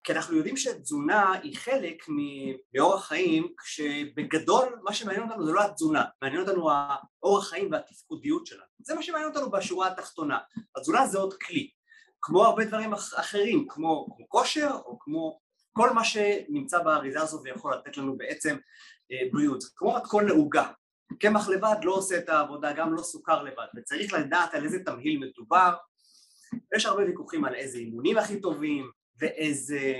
כי אנחנו יודעים שתזונה היא חלק מאורח חיים, כשבגדול מה שמעניין אותנו זה לא התזונה, מעניין אותנו האורח חיים והתפקודיות שלנו. זה מה שמעניין אותנו בשורה התחתונה. התזונה זה עוד כלי, כמו הרבה דברים אחרים, כמו כושר או כמו כל מה שנמצא באריזה הזו ויכול לתת לנו בעצם בריאות. כמו מתכון לעוגה, קמח לבד לא עושה את העבודה, גם לא סוכר לבד, וצריך לדעת על איזה תמהיל מדובר. יש הרבה ויכוחים על איזה אימונים הכי טובים, ואיזה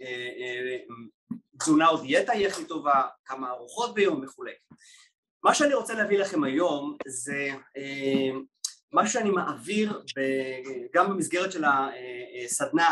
תזונה או דיאטה היא הכי טובה, כמה ארוחות ביום וכו'. מה שאני רוצה להביא לכם היום זה מה שאני מעביר גם במסגרת של הסדנה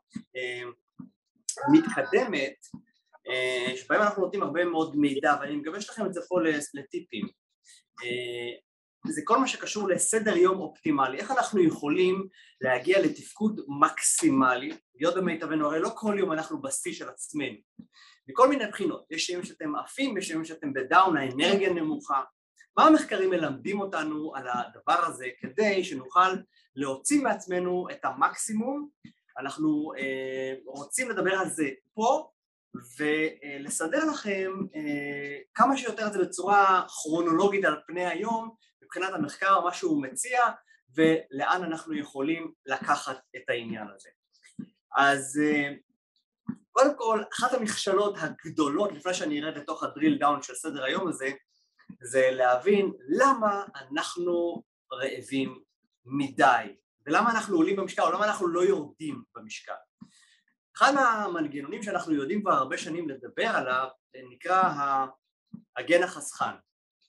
המתקדמת, שבהם אנחנו נותנים הרבה מאוד מידע, ואני מגבש לכם את זה פה לטיפים. זה כל מה שקשור לסדר יום אופטימלי, איך אנחנו יכולים להגיע לתפקוד מקסימלי, להיות במיטבנו, הרי לא כל יום אנחנו בשיא של עצמנו, מכל מיני בחינות, יש ימים שאתם עפים, יש ימים שאתם בדאון, האנרגיה נמוכה. מה המחקרים מלמדים אותנו על הדבר הזה, כדי שנוכל להוציא מעצמנו את המקסימום? אנחנו רוצים לדבר על זה פה, ולסדר לכם כמה שיותר את זה בצורה כרונולוגית על פני היום, מבחינת המחקר, מה שהוא מציע, ולאן אנחנו יכולים לקחת את העניין הזה. אז קודם כל, אחת המכשלות הגדולות, לפני שאני ארד לתוך הדריל דאון של סדר היום הזה, זה להבין למה אנחנו רעבים מדי, ולמה אנחנו עולים במשקל, או למה אנחנו לא יורדים במשקל. אחד מהמנגנונים שאנחנו יודעים כבר הרבה שנים לדבר עליו, נקרא הגן החסכן.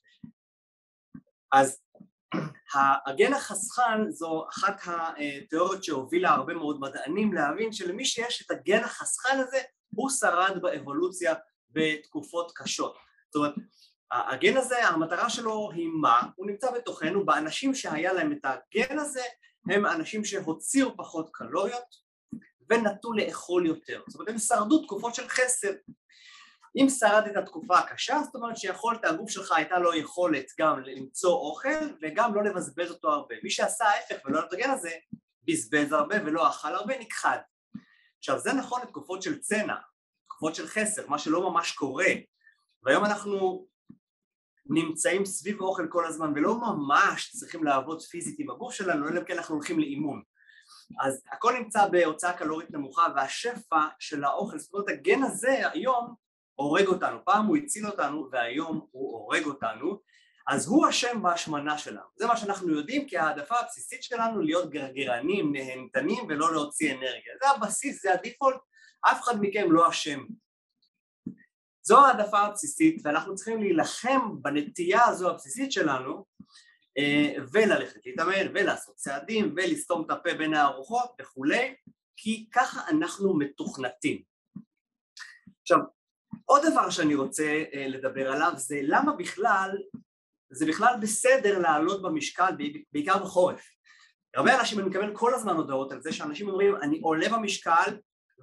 אז הגן החסכן זו אחת התיאוריות שהובילה הרבה מאוד מדענים להבין שלמי שיש את הגן החסכן הזה, הוא שרד באבולוציה בתקופות קשות. זאת אומרת, הגן הזה, המטרה שלו היא מה? הוא נמצא בתוכנו, באנשים שהיה להם את הגן הזה, הם אנשים שהוציאו פחות קלוריות, ונטו לאכול יותר. זאת אומרת, הם שרדו תקופות של חסר. אם שרד את התקופה הקשה, זאת אומרת שיכולת, הגוף שלך הייתה לו יכולת גם למצוא אוכל, וגם לא לבזבז אותו הרבה. מי שעשה ההפך ולא לתגן הזה, בזבז הרבה ולא אכל הרבה, נכחד. עכשיו, זה נכון לתקופות של צנע, תקופות של חסר, מה שלא ממש קורה. והיום אנחנו נמצאים סביב אוכל כל הזמן, ולא ממש צריכים לעבוד פיזית עם הגוף שלנו, אלא כן אנחנו הולכים לאימון. אז הכל נמצא בהוצאה קלורית נמוכה, והשפע של האוכל, זאת אומרת, הגן הזה היום הורג אותנו. פעם הוא הציל אותנו, והיום הוא הורג אותנו, אז הוא אשם בהשמנה שלנו. זה מה שאנחנו יודעים, כי העדפה הבסיסית שלנו להיות גרגרנים, נהנתנים, ולא להוציא אנרגיה. זה הבסיס, זה הדיפולט, אף אחד מכם לא אשם. זו העדפה הבסיסית, ואנחנו צריכים להילחם בנטייה הזו הבסיסית שלנו, וללכת להתאמן, ולעשות צעדים, ולסתום את הפה בין הארוחות וכולי, כי ככה אנחנו מתוכנתים. עכשיו, עוד דבר שאני רוצה לדבר עליו, זה למה זה בכלל בסדר לעלות במשקל, בעיקר בחורף. הרבה אנשים, אני מקבל כל הזמן הודעות על זה, שאנשים אומרים, אני עולה במשקל,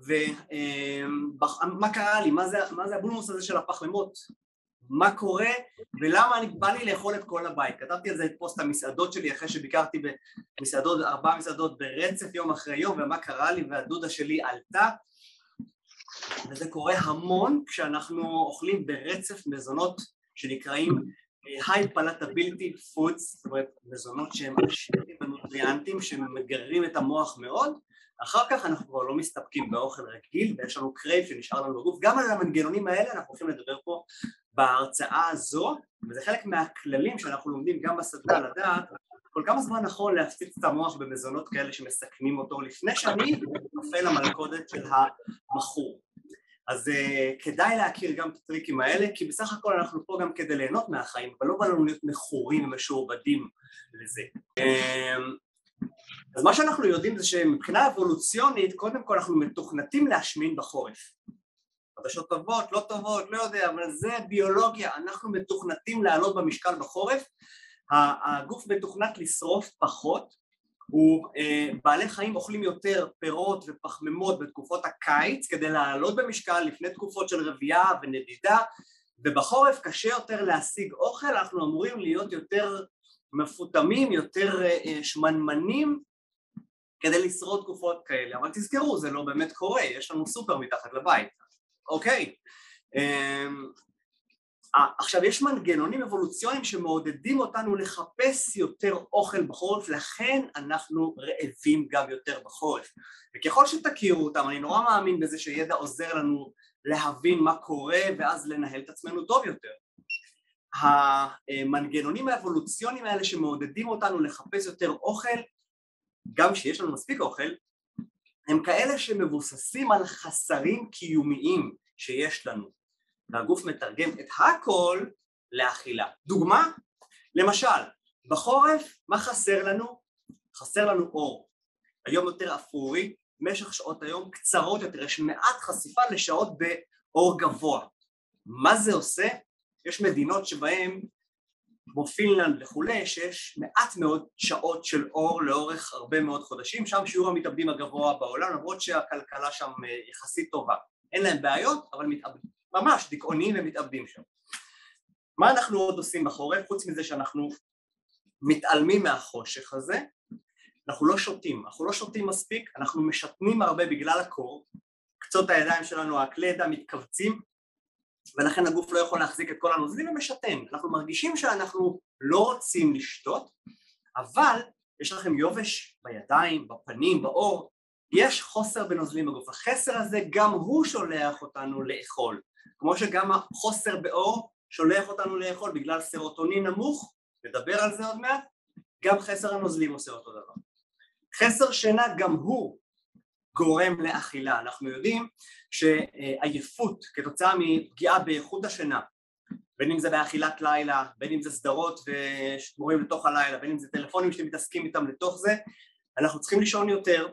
ומה קרה לי? מה זה הבולמוס הזה של הפחמימות? מה קורה ולמה בא לי לאכול את כל הבית. כתבתי על זה את פוסט המסעדות שלי אחרי שביקרתי במסעדות, 4 מסעדות ברצף יום אחרי יום, ומה קרה לי, והדודה שלי עלתה, וזה קורה המון כשאנחנו אוכלים ברצף מזונות שנקראים high palatability foods, זאת אומרת מזונות שהם עשירים ונוטריאנטים שמגררים את המוח מאוד. אחר כך אנחנו כבר לא מסתפקים באוכל רגיל, ויש לנו קרייב שנשאר לנו בגוף. גם על המנגנונים האלה אנחנו הולכים לדבר פה בהרצאה הזו, וזה חלק מהכללים שאנחנו לומדים גם בסדנה לדעת, כל כמה זמן נכון להפציץ את המוח במזונות כאלה שמסכנים אותו, לפני שאני נופל למלכודת של המכור. אז כדאי להכיר גם את הטריקים האלה, כי בסך הכל אנחנו פה גם כדי ליהנות מהחיים, אבל לא בא לנו להיות מכורים ומשועבדים לזה. אז מה שאנחנו יודעים זה שמבחינה אבולוציונית, קודם כל אנחנו מתוכנתים להשמין בחורף. חדשות טובות, לא טובות, לא יודע, אבל זה ביולוגיה, אנחנו מתוכנתים לעלות במשקל בחורף, הגוף מתוכנת לשרוף פחות, בעלי חיים אוכלים יותר פירות ופחמימות בתקופות הקיץ, כדי לעלות במשקל לפני תקופות של רבייה ונדידה, ובחורף קשה יותר להשיג אוכל, אנחנו אמורים להיות יותר מפותמים, יותר שמנמנים, כדי לשרוד תקופות כאלה, אבל תזכרו, זה לא באמת קורה, יש לנו סופר מתחת לבית, אוקיי. עכשיו יש מנגנונים אבולוציוניים שמעודדים אותנו לחפש יותר אוכל בחורף, לכן אנחנו רעבים גם יותר בחורף, וככל שתכירו אותם, אני נורא מאמין בזה שידע עוזר לנו להבין מה קורה ואז לנהל את עצמנו טוב יותר. המנגנונים האבולוציוניים האלה שמעודדים אותנו לחפש יותר אוכל, גם שיש לנו מספיק אוכל, הם כאלה שמבוססים על חסרים קיומיים שיש לנו, והגוף מתרגם את הכל לאכילה. דוגמה, למשל, בחורף מה חסר לנו? חסר לנו אור. היום יותר אפורי, משך שעות היום קצרות יותר, יש מעט חשיפה לשעות באור גבוה. מה זה עושה? יש מדינות שבהן, כמו פינלנד וכולי, שיש מעט מאוד שעות של אור לאורך הרבה מאוד חודשים, שם שיעור המתאבדים הגבוה בעולם, למרות שהכלכלה שם יחסית טובה. אין להם בעיות, אבל ממש דיכאונים ומתאבדים שם. מה אנחנו עוד עושים בחורף? חוץ מזה שאנחנו מתעלמים מהחושך הזה, אנחנו לא שותים מספיק, אנחנו משתנים הרבה בגלל הקור, קצות הידיים שלנו, הכלי ידיים מתכווצים, ולכן הגוף לא יכול להחזיק את כל הנוזלים ומשתן. אנחנו מרגישים שאנחנו לא רוצים לשתות, אבל יש לכם יובש בידיים, בפנים, בעור, יש חוסר בנוזלים בגוף. החסר הזה גם הוא שולח אותנו לאכול, כמו שגם החוסר בעור שולח אותנו לאכול בגלל סרוטונין נמוך, נדבר על זה עוד מעט, גם חסר הנוזלים עושה אותו דבר. חסר שינה גם הוא גורם לאכילה. אנחנו יודעים שעייפות כתוצאה מפגיעה באיכות השינה, בין אם זה באכילת לילה, בין אם זה סדרות ושמורים לתוך הלילה, בין אם זה טלפונים שאתם מתעסקים איתם לתוך זה, אנחנו צריכים לישון יותר,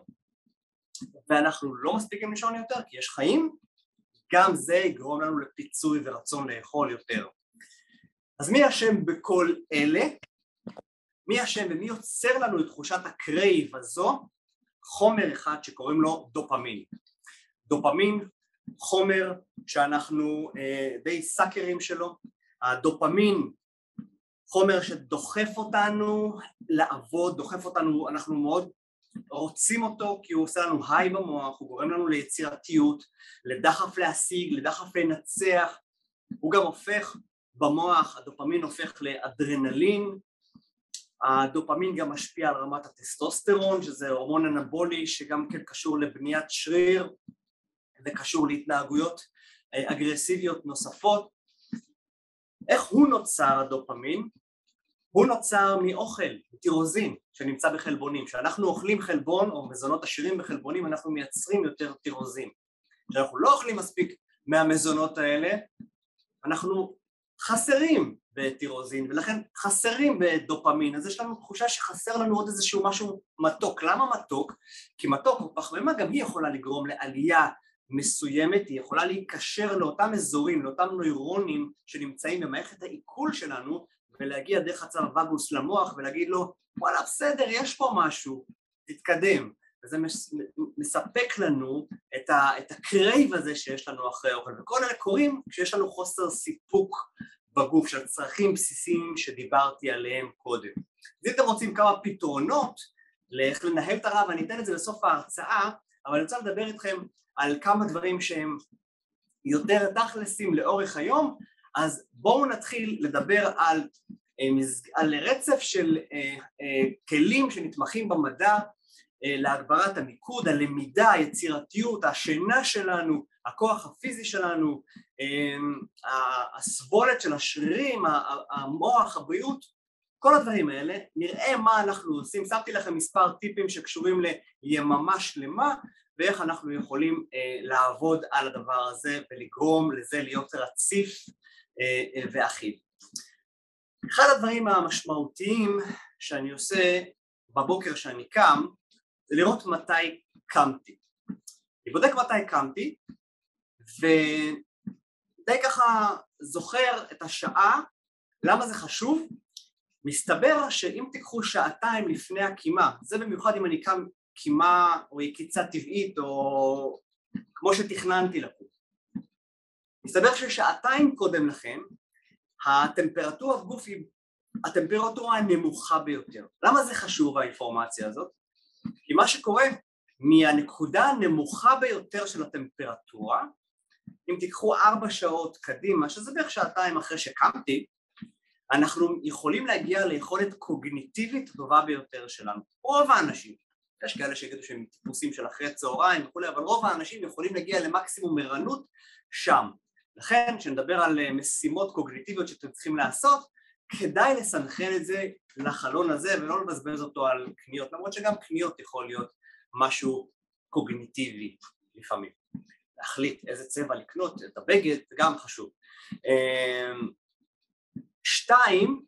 ואנחנו לא מספיקים לישון יותר כי יש חיים, גם זה יגרום לנו לפיצוי ורצון לאכול יותר. אז מי אשם בכל אלה? מי אשם ומי יוצר לנו את תחושת הקרייב הזו? חומר אחד שקוראים לו דופמין. דופמין, חומר שאנחנו די סאקרים שלו. הדופמין, חומר שדוחף אותנו לעבוד, דוחף אותנו, אנחנו מאוד רוצים אותו כי הוא עושה לנו היי במוח, הוא גורם לנו ליצירתיות, לדחף להשיג, לדחף לנצח, הוא גם הופך במוח, הדופמין הופך לאדרנלין, הדופמין גם משפיע על רמת הטסטוסטרון, שזה הורמון אנבולי שגם כן קשור לבניית שריר וקשור להתנהגויות אגרסיביות נוספות. איך הוא נוצר הדופמין? הוא נוצר מאוכל, טירוזין, שנמצא בחלבונים. כשאנחנו אוכלים חלבון או מזונות עשירים בחלבונים, אנחנו מייצרים יותר טירוזין. כשאנחנו לא אוכלים מספיק מהמזונות האלה, אנחנו חסרים בטירוזין, ולכן חסרים בדופמין. אז יש לנו תחושה שחסר לנו עוד איזשהו משהו מתוק. למה מתוק? כי מתוק או פחמימה גם היא יכולה לגרום לעלייה מסוימת, היא יכולה להיקשר לאותם אזורים, לאותם נוירונים שנמצאים במערכת העיכול שלנו, ולהגיע דרך הצלע וגוס למוח ולהגיד לו, וואלה בסדר, יש פה משהו, תתקדם. וזה מספק לנו את הקרייב הזה שיש לנו אחרי האוכל, וכל אלה קורים כשיש לנו חוסר סיפוק בגוף של צרכים בסיסיים שדיברתי עליהם קודם. אז אם אתם רוצים כמה פתרונות לאיך לנהל את הרעב, ואני אתן את זה בסוף ההרצאה, אבל אני רוצה לדבר איתכם על כמה דברים שהם יותר תכלסים לאורך היום. אז בואו נתחיל לדבר על רצף של כלים שנתמכים במדע להגברת המיקוד, הלמידה, היצירתיות, השינה שלנו, הכוח הפיזי שלנו, הסבולת של השרירים, המוח, הבריאות, כל הדברים האלה. נראה מה אנחנו עושים. שמתי לכם מספר טיפים שקשורים ליממה שלמה, ואיך אנחנו יכולים לעבוד על הדבר הזה ולגרום לזה להיות רציף ואחיד. אחד הדברים המשמעותיים שאני עושה בבוקר שאני קם, זה לראות מתי קמתי. אני בודק מתי קמתי, ודי ככה זוכר את השעה. למה זה חשוב? מסתבר שאם תיקחו שעתיים לפני הקימה, זה במיוחד אם אני קם קימה או יקיצה טבעית או כמו שתכננתי לקום, מסתבר ששעתיים קודם לכן הטמפרטורה בגוף היא הטמפרטורה הנמוכה ביותר. למה זה חשוב האינפורמציה הזאת? כי מה שקורה מהנקודה הנמוכה ביותר של הטמפרטורה, אם תיקחו 4 שעות קדימה, שזה בערך שעתיים אחרי שקמתי, אנחנו יכולים להגיע ליכולת קוגניטיבית טובה ביותר שלנו. רוב האנשים, יש כאלה שיגידו שהם טיפוסים של אחרי צהריים וכו', אבל רוב האנשים יכולים להגיע למקסימום ערנות שם. לכן, כשנדבר על משימות קוגניטיביות שאתם צריכים לעשות, כדאי לסנכרן את זה לחלון הזה ולא לבזבז אותו על קניות, למרות שגם קניות יכול להיות משהו קוגניטיבי לפעמים. להחליט איזה צבע לקנות, את הבגד, זה גם חשוב. 2,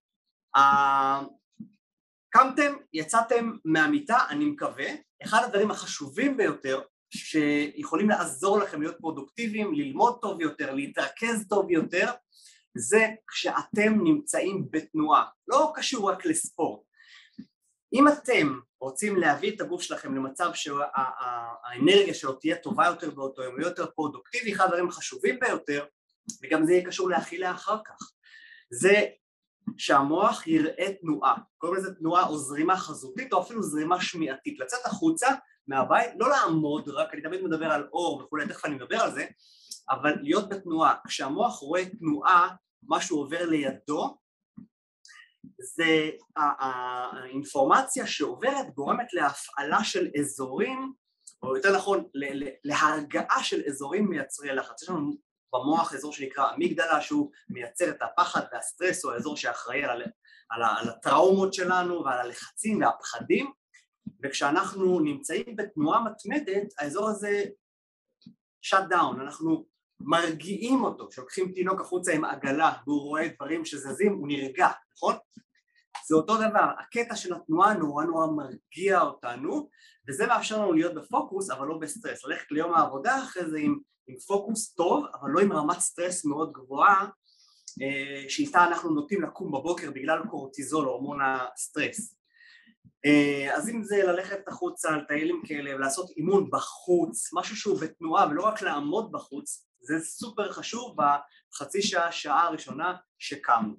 קמתם, יצאתם מהמיטה, אני מקווה, אחד הדברים החשובים ביותר שיכולים לעזור לכם להיות פרודוקטיביים, ללמוד טוב יותר, להתרכז טוב יותר, זה כשאתם נמצאים בתנועה, לא קשור רק לספורט. אם אתם רוצים להביא את הגוף שלכם למצב שהאנרגיה שלו תהיה טובה יותר באותו יום, יותר פרודוקטיבי, אחד הדברים החשובים ביותר, וגם זה יהיה קשור להכילה אחר כך, זה שהמוח יראה תנועה, קוראים לזה תנועה או זרימה חזותית או אפילו זרימה שמיעתית, לצאת החוצה מהבית, לא לעמוד רק, אני תמיד מדבר על אור וכולי, תכף אני מדבר על זה, אבל להיות בתנועה, כשהמוח רואה תנועה, משהו עובר לידו, זה האינפורמציה שעוברת גורמת להפעלה של אזורים, או יותר נכון להרגעה של אזורים מייצרי לחץ. יש לנו במוח אזור שנקרא אמיגדלה שהוא מייצר את הפחד והסטרס, או האזור שאחראי על הטראומות שלנו ועל הלחצים והפחדים, וכשאנחנו נמצאים בתנועה מתמדת, האזור הזה shut down, אנחנו מרגיעים אותו, כשלוקחים תינוק החוצה עם עגלה והוא רואה דברים שזזים, הוא נרגע, נכון? זה אותו דבר, הקטע של התנועה נורא מרגיע אותנו, וזה מאפשר לנו להיות בפוקוס, אבל לא בסטרס, ללכת ליום העבודה אחרי זה עם פוקוס טוב, אבל לא עם רמת סטרס מאוד גבוהה, שאיתה אנחנו נוטים לקום בבוקר בגלל קורטיזול, הורמון הסטרס. אז אם זה ללכת החוצה על טיילים כאלה ולעשות אימון בחוץ, משהו שהוא בתנועה ולא רק לעמוד בחוץ, זה סופר חשוב בחצי שעה הראשונה שקמנו.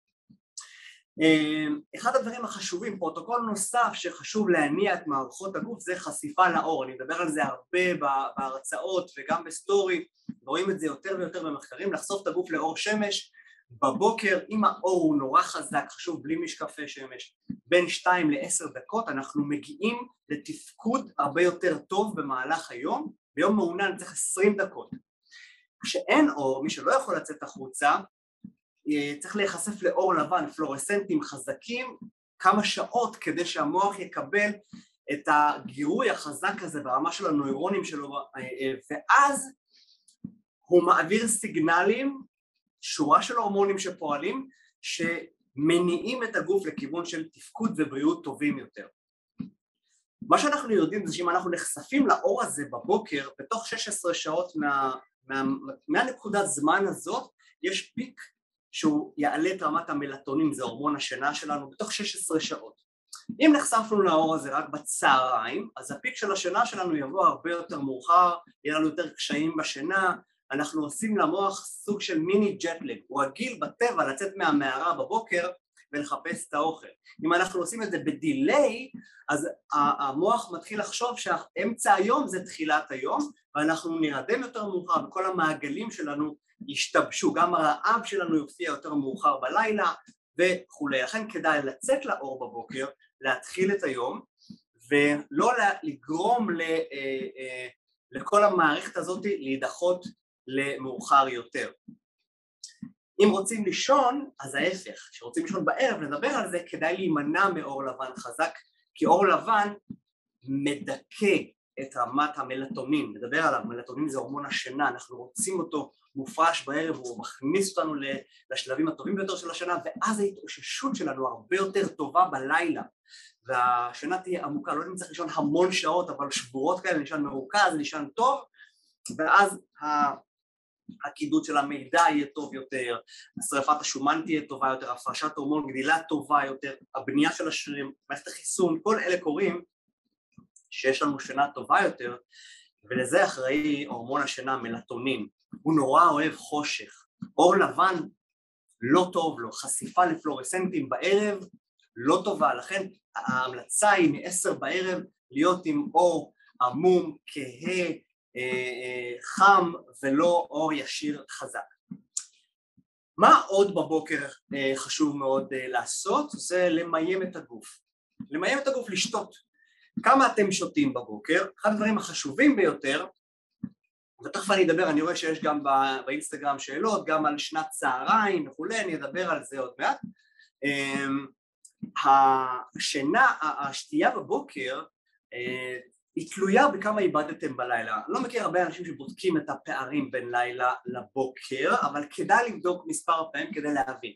אחד הדברים החשובים, פרוטוקול נוסף שחשוב להניע את מערכות הגוף, זה חשיפה לאור. אני מדבר על זה הרבה בהרצאות וגם בסטורי, רואים את זה יותר ויותר במחקרים, לחשוף את הגוף לאור שמש בבוקר, אם האור הוא נורא חזק, חשוב בלי משקפי שמש, בין 2 ל-10 דקות אנחנו מגיעים לתפקוד הרבה יותר טוב במהלך היום, ביום מעונן צריך 20 דקות. כשאין אור, מי שלא יכול לצאת החוצה, צריך להיחשף לאור לבן, פלורסנטים חזקים, כמה שעות כדי שהמוח יקבל את הגירוי החזק הזה ברמה של הנוירונים שלו, ואז הוא מעביר סיגנלים, שורה של הורמונים שפועלים, שמניעים את הגוף לכיוון של תפקוד ובריאות טובים יותר. מה שאנחנו יודעים זה שאם אנחנו נחשפים לאור הזה בבוקר, בתוך 16 שעות מהנקודת זמן הזאת, יש פיק שהוא יעלה את רמת המלטונין, זה הורמון השינה שלנו, בתוך 16 שעות. אם נחשפנו לאור הזה רק בצהריים, אז הפיק של השינה שלנו יבוא הרבה יותר מאוחר, יהיה לנו יותר קשיים בשינה, אנחנו עושים למוח סוג של מיני ג'טלג, הוא רגיל בטבע לצאת מהמערה בבוקר ולחפש את האוכל. אם אנחנו עושים את זה בדיליי, אז המוח מתחיל לחשוב שהאמצע היום זה תחילת היום, ואנחנו נרדם יותר מאוחר, וכל המעגלים שלנו ישתבשו, גם הרעב שלנו יופיע יותר מאוחר בלילה וכו'. לכן כדאי לצאת לאור בבוקר, להתחיל את היום, ולא לגרום לכל המערכת הזאת להידחות למאוחר יותר. אם רוצים לישון, אז ההפך, כשרוצים לישון בערב, נדבר על זה, כדאי להימנע מאור לבן חזק, כי אור לבן מדכא את רמת המלטונין, נדבר עליו, מלטונין זה הורמון השינה, אנחנו רוצים אותו מופרש בערב, הוא מכניס אותנו לשלבים הטובים ביותר של השינה, ואז ההתאוששות שלנו הרבה יותר טובה בלילה, והשינה תהיה עמוקה, לא נמצא לישון המון שעות, אבל שבועות כאלה, לישון מרוכז, לישון טוב, ואז הקידוד של המידע יהיה טוב יותר, שריפת השומן תהיה טובה יותר, הפרשת הורמון גדילה טובה יותר, הבנייה של השרירים, מערכת החיסון, כל אלה קורים שיש לנו שינה טובה יותר, ולזה אחראי הורמון השינה, מלטונין. הוא נורא אוהב חושך, אור לבן לא טוב לו, חשיפה לפלורסנטים בערב לא טובה, לכן ההמלצה היא מ-10 בערב להיות עם אור עמום, כהה, חם ולא אור ישיר חזק. מה עוד בבוקר חשוב מאוד לעשות? זה למיין את הגוף. למיין את הגוף, לשתות. כמה אתם שותים בבוקר? אחד הדברים החשובים ביותר, ותכף אני אדבר, אני רואה שיש גם באינסטגרם שאלות, גם על שנת צהריים וכולי, אני אדבר על זה עוד מעט. השתייה בבוקר היא תלויה בכמה איבדתם בלילה. אני לא מכיר הרבה אנשים שבודקים את הפערים בין לילה לבוקר, אבל כדאי לבדוק מספר פעמים כדי להבין.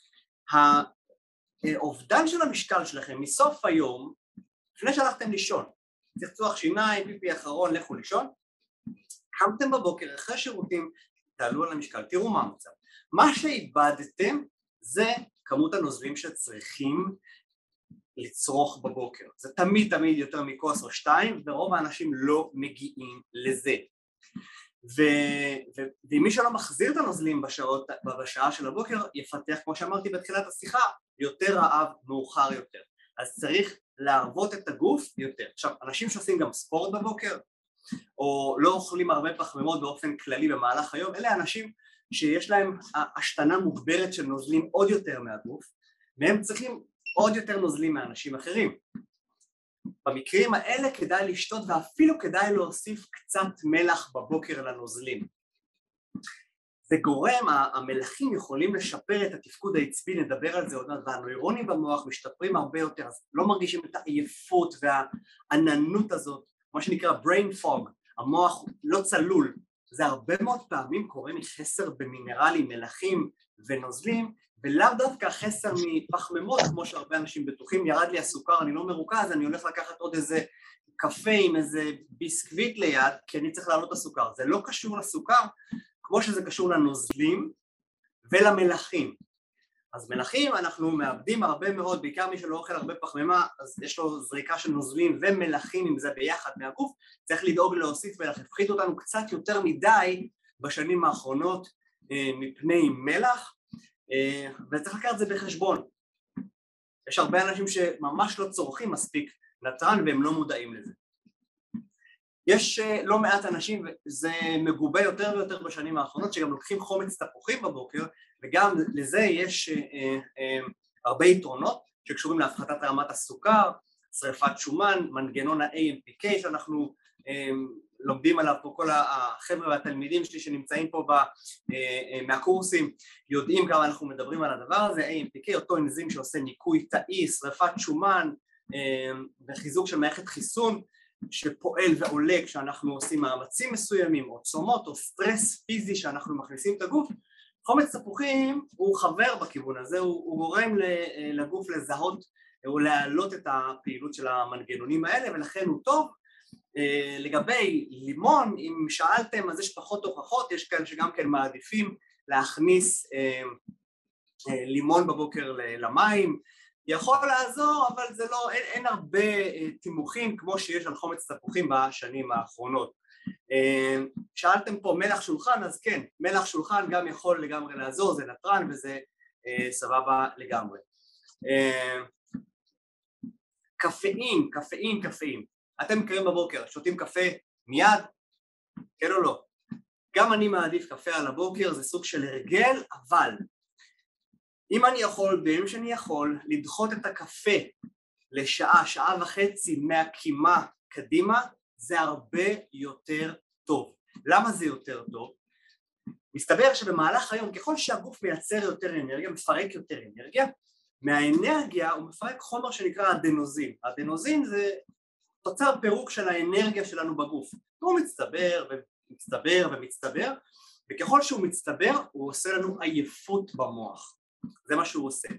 האובדן של המשקל שלכם מסוף היום, לפני שהלכתם לישון, צחצוח שיניים, פיפי אחרון, לכו לישון, קמתם בבוקר אחרי שירותים, תעלו על המשקל, תראו מה המצב. מה שאיבדתם זה כמות הנוזלים שצריכים לצרוך בבוקר. זה תמיד יותר מכוס או שתיים, ורוב האנשים לא מגיעים לזה. ואם מי שלא מחזיר את הנוזלים בשעה של הבוקר, יפתח, כמו שאמרתי בתחילת השיחה, יותר רעב מאוחר יותר. אז צריך להרבות את הגוף יותר. עכשיו, אנשים שעושים גם ספורט בבוקר, או לא אוכלים הרבה פחמימות באופן כללי במהלך היום, אלה אנשים שיש להם השתנה מוגברת של נוזלים עוד יותר מהגוף, והם צריכים עוד יותר נוזלים מאנשים אחרים. במקרים האלה כדאי לשתות ואפילו כדאי להוסיף קצת מלח בבוקר לנוזלים. זה גורם, המלחים יכולים לשפר את התפקוד העצבי, נדבר על זה עוד מעט, והנוירונים במוח משתפרים הרבה יותר, אז לא מרגישים את העייפות והעננות הזאת, מה שנקרא brain fog, המוח לא צלול. זה הרבה מאוד פעמים קורה מחסר במינרלים, מלחים ונוזלים, ולאו דווקא חסר מפחמימות, כמו שהרבה אנשים בטוחים, ירד לי הסוכר, אני לא מרוכז, אני הולך לקחת עוד איזה קפה עם איזה ביסקוויט ליד, כי אני צריך להעלות את הסוכר. זה לא קשור לסוכר, כמו שזה קשור לנוזלים ולמלחים. אז מלחים אנחנו מאבדים הרבה מאוד, בעיקר מי שלא אוכל הרבה פחמימה, אז יש לו זריקה של נוזלים ומלחים עם זה ביחד מהגוף, צריך לדאוג להוסיף מלח, הפחית אותנו קצת יותר מדי בשנים האחרונות מפני מלח, וצריך לקחת את זה בחשבון. יש הרבה אנשים שממש לא צורכים מספיק נתרן והם לא מודעים לזה. יש לא מעט אנשים, וזה מגובה יותר ויותר בשנים האחרונות, שגם לוקחים חומץ תפוחים בבוקר, וגם לזה יש הרבה יתרונות שקשורים להפחתת רמת הסוכר, שריפת שומן, מנגנון ה-AMPK שאנחנו לומדים עליו פה, כל החבר'ה והתלמידים שלי שנמצאים פה מהקורסים יודעים כמה אנחנו מדברים על הדבר הזה. AMPK, אותו אנזים שעושה ניקוי תאי, שריפת שומן וחיזוק של מערכת חיסון שפועל ועולה כשאנחנו עושים מאמצים מסוימים או צומות או סטרס פיזי שאנחנו מכניסים את הגוף. חומץ תפוחים הוא חבר בכיוון הזה, הוא גורם לגוף לזהות או להעלות את הפעילות של המנגנונים האלה, ולכן הוא טוב. לגבי לימון, אם שאלתם, אז יש פחות הוכחות, יש כאלה שגם כן מעדיפים להכניס לימון בבוקר למים, יכול לעזור, אבל זה לא, אין הרבה תימוכים כמו שיש על חומץ תפוחים בשנים האחרונות. שאלתם פה מלח שולחן, אז כן, מלח שולחן גם יכול לגמרי לעזור, זה נתרן וזה סבבה לגמרי. קפאין. אתם קרים בבוקר, שותים קפה מיד? כן או לא? גם אני מעדיף קפה על הבוקר, זה סוג של הרגל, אבל אם אני יכול, בימים שאני יכול, לדחות את הקפה לשעה, שעה וחצי מהקימה קדימה, זה הרבה יותר טוב. למה זה יותר טוב? מסתבר שבמהלך היום, ככל שהגוף מייצר יותר אנרגיה, מפרק יותר אנרגיה, מהאנרגיה הוא מפרק חומר שנקרא אדנוזין. האדנוזין זה תוצר פירוק של האנרגיה שלנו בגוף. הוא מצטבר, וככל שהוא מצטבר, הוא עושה לנו עייפות במוח. זה מה שהוא עושה.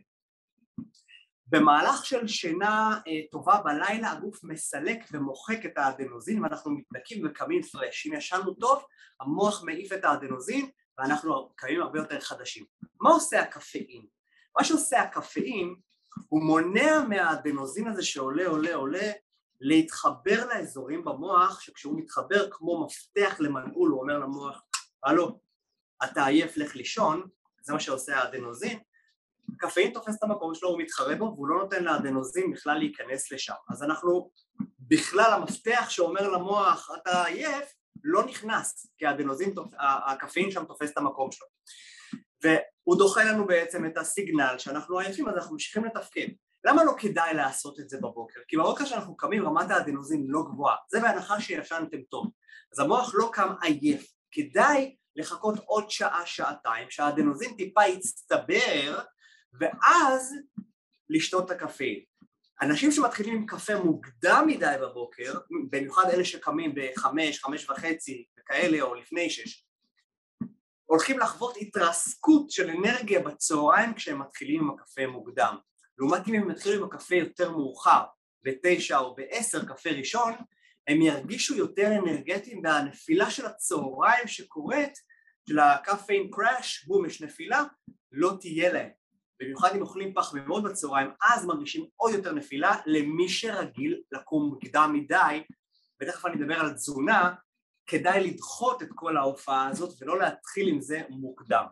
במהלך של שינה טובה בלילה, הגוף מסלק ומוחק את האדנוזין, ואנחנו מתנקים וקמים פרש. אם ישנו טוב, המוח מעיף את האדנוזין, ואנחנו קמים הרבה יותר חדשים. מה עושה הקפאין? מה שעושה הקפאין, הוא מונע מהאדנוזין הזה שעולה, להתחבר לאזורים במוח, שכשהוא מתחבר כמו מפתח למנעול, הוא אומר למוח, הלו, אתה עייף, לך לישון, זה מה שעושה האדנוזין, קפאין תופס את המקום שלו, הוא מתחרה בו, והוא לא נותן לאדנוזין בכלל להיכנס לשם. אז אנחנו בכלל המפתח שאומר למוח אתה עייף לא נכנס, כי הקפאין שם תופס את המקום שלו, והוא דוחה לנו בעצם את הסיגנל שאנחנו עייפים, אז אנחנו ממשיכים לתפקד. למה לא כדאי לעשות את זה בבוקר? כי בבוקר שאנחנו קמים רמת האדנוזין לא גבוהה, זה בהנחה שישנתם טוב, אז המוח לא קם עייף, כדאי לחכות עוד שעה, שעתיים, שהאדנוזין טיפה יצטבר, ואז לשתות את הקפאין. אנשים שמתחילים עם קפה מוקדם מדי בבוקר, במיוחד אלה שקמים ב-5, 5:30 וכאלה, או לפני 6, הולכים לחוות התרסקות של אנרגיה בצהריים כשהם מתחילים עם הקפה מוקדם. לעומת אם הם מתחילים עם הקפה יותר מאוחר, ב-9 או ב-10 קפה ראשון, הם ירגישו יותר אנרגטיים, והנפילה של הצהריים שקורית, של הקפאין קראש, בום, יש נפילה, לא תהיה להם. במיוחד אם אוכלים פחמימות בצהריים, אז מרגישים עוד יותר נפילה למי שרגיל לקום מוקדם מדי, ותכף אני אדבר על תזונה, כדאי לדחות את כל ההופעה הזאת ולא להתחיל עם זה מוקדם.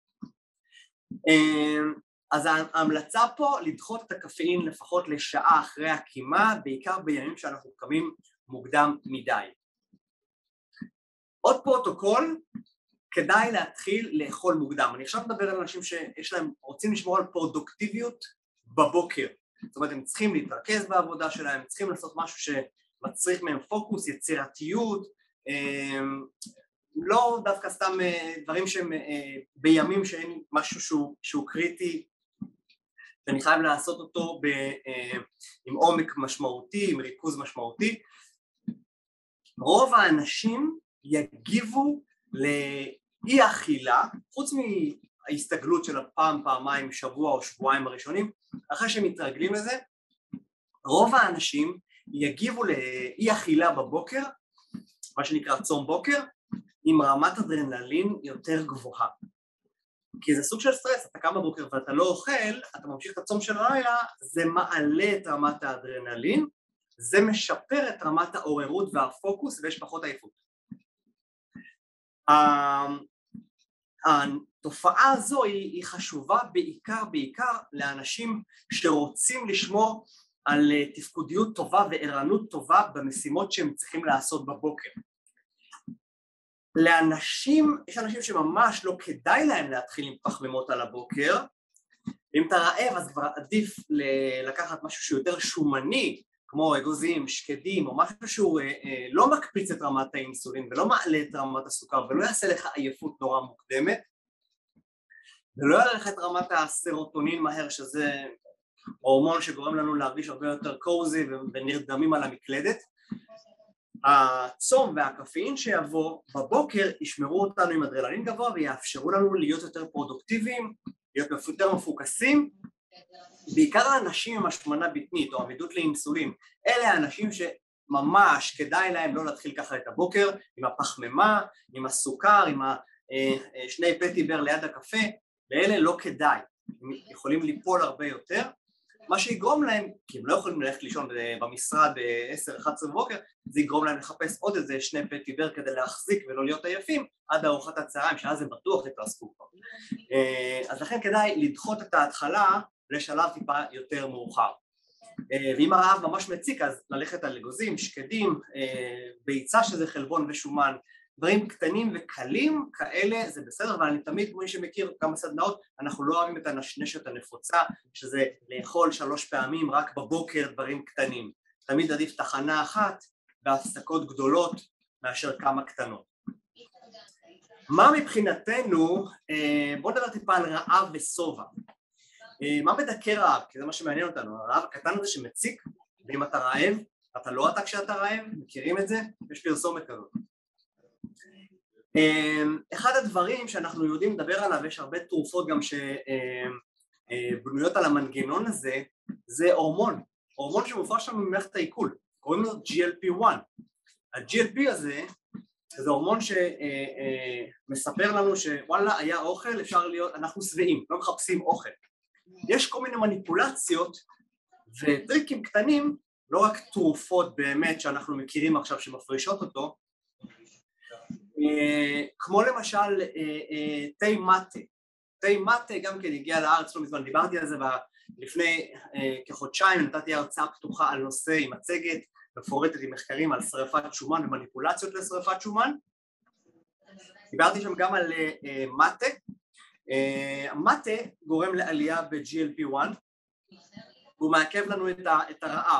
אז ההמלצה פה לדחות את הקפאין לפחות לשעה אחרי הקימה, בעיקר בימים שאנחנו קמים מוקדם מדי. עוד פרוטוקול, כדאי להתחיל לאכול מוקדם. אני עכשיו מדבר על אנשים שיש להם, רוצים לשמור על פרודוקטיביות בבוקר. זאת אומרת, הם צריכים להתרכז בעבודה שלהם, הם צריכים לעשות משהו שמצריך מהם פוקוס, יצירתיות, לא דווקא סתם דברים שהם בימים שאין משהו שהוא קריטי, שאני חייב לעשות אותו עם עומק משמעותי, עם ריכוז משמעותי. רוב האנשים יגיבו לאי אכילה, חוץ מההסתגלות של הפעם, פעמיים, שבוע או שבועיים הראשונים, אחרי שהם מתרגלים לזה, רוב האנשים יגיבו לאי אכילה בבוקר, מה שנקרא צום בוקר, עם רמת אדרנלין יותר גבוהה. כי זה סוג של סטרס, אתה קם בבוקר ואתה לא אוכל, אתה ממשיך את הצום של הלילה, זה מעלה את רמת האדרנלין, זה משפר את רמת העוררות והפוקוס ויש פחות עייפות. התופעה הזו היא חשובה בעיקר לאנשים שרוצים לשמור על תפקודיות טובה וערנות טובה במשימות שהם צריכים לעשות בבוקר. יש אנשים שממש לא כדאי להם להתחיל עם פחמימות על הבוקר, אם אתה רעב אז כבר עדיף לקחת משהו שיותר שומני, כמו אגוזים, שקדים, או משהו שהוא לא מקפיץ את רמת האינסולין ולא מעלה את רמת הסוכר ולא יעשה לך עייפות נורא מוקדמת, ולא יעלה לך את רמת הסרוטונין מהר, שזה הורמון שגורם לנו להרגיש הרבה יותר קוזי ונרדמים על המקלדת. הצום והקפאין שיבוא בבוקר ישמרו אותנו עם אדרנלין גבוה ויאפשרו לנו להיות יותר פרודוקטיביים, להיות יותר מפוקסים. בעיקר האנשים עם השמנה בטנית או עמידות לאינסולין, אלה האנשים שממש כדאי להם לא להתחיל ככה את הבוקר עם הפחמימה, עם הסוכר, עם שני פטי בר ליד הקפה, לאלה לא כדאי, הם יכולים ליפול הרבה יותר, מה שיגרום להם, כי הם לא יכולים ללכת לישון במשרד ב-10-11 בבוקר, זה יגרום להם לחפש עוד איזה שני פטי בר כדי להחזיק ולא להיות עייפים עד ארוחת הצהריים, שאז הם בטוח יתרסקו כבר. אז לכן כדאי לדחות את ההתחלה לשלב טיפה יותר מאוחר. ואם הרעב ממש מציק אז ללכת על אגוזים, שקדים, ביצה שזה חלבון ושומן, דברים קטנים וקלים כאלה זה בסדר, אבל אני תמיד, כמו מי שמכיר גם בסדנאות, אנחנו לא אוהבים את הנשנשת הנפוצה, שזה לאכול 3 פעמים רק בבוקר דברים קטנים. תמיד עדיף תחנה אחת בהפסקות גדולות מאשר כמה קטנות. מה מבחינתנו, בואו נדבר טיפה על רעב וסובה. מה מדכא רעב? כי זה מה שמעניין אותנו, הרעב הקטן הזה שמציק, ואם אתה רעב, אתה לא אתה כשאתה רעב, מכירים את זה? יש פרסומת כזאת. אחד הדברים שאנחנו יודעים לדבר עליו, יש הרבה תרופות גם שבנויות על המנגנון הזה, זה הורמון שמופרש לנו ממערכת העיכול, קוראים לו GLP-1. ה-GLP הזה, זה הורמון שמספר לנו שוואלה היה אוכל, אפשר להיות, אנחנו שבעים, לא מחפשים אוכל. יש כל מיני מניפולציות וטריקים קטנים, לא רק תרופות באמת שאנחנו מכירים עכשיו שמפרישות אותו, כמו למשל תה מטה גם כן הגיע לארץ לא מזמן, דיברתי על זה לפני כחודשיים, נתתי הרצאה פתוחה על נושא עם מצגת מפורטת עם מחקרים על שריפת שומן ומניפולציות לשריפת שומן. דיברתי שם גם על מטה. מטה גורם לעלייה ב-GLP-1, והוא מעכב לנו את הרעב.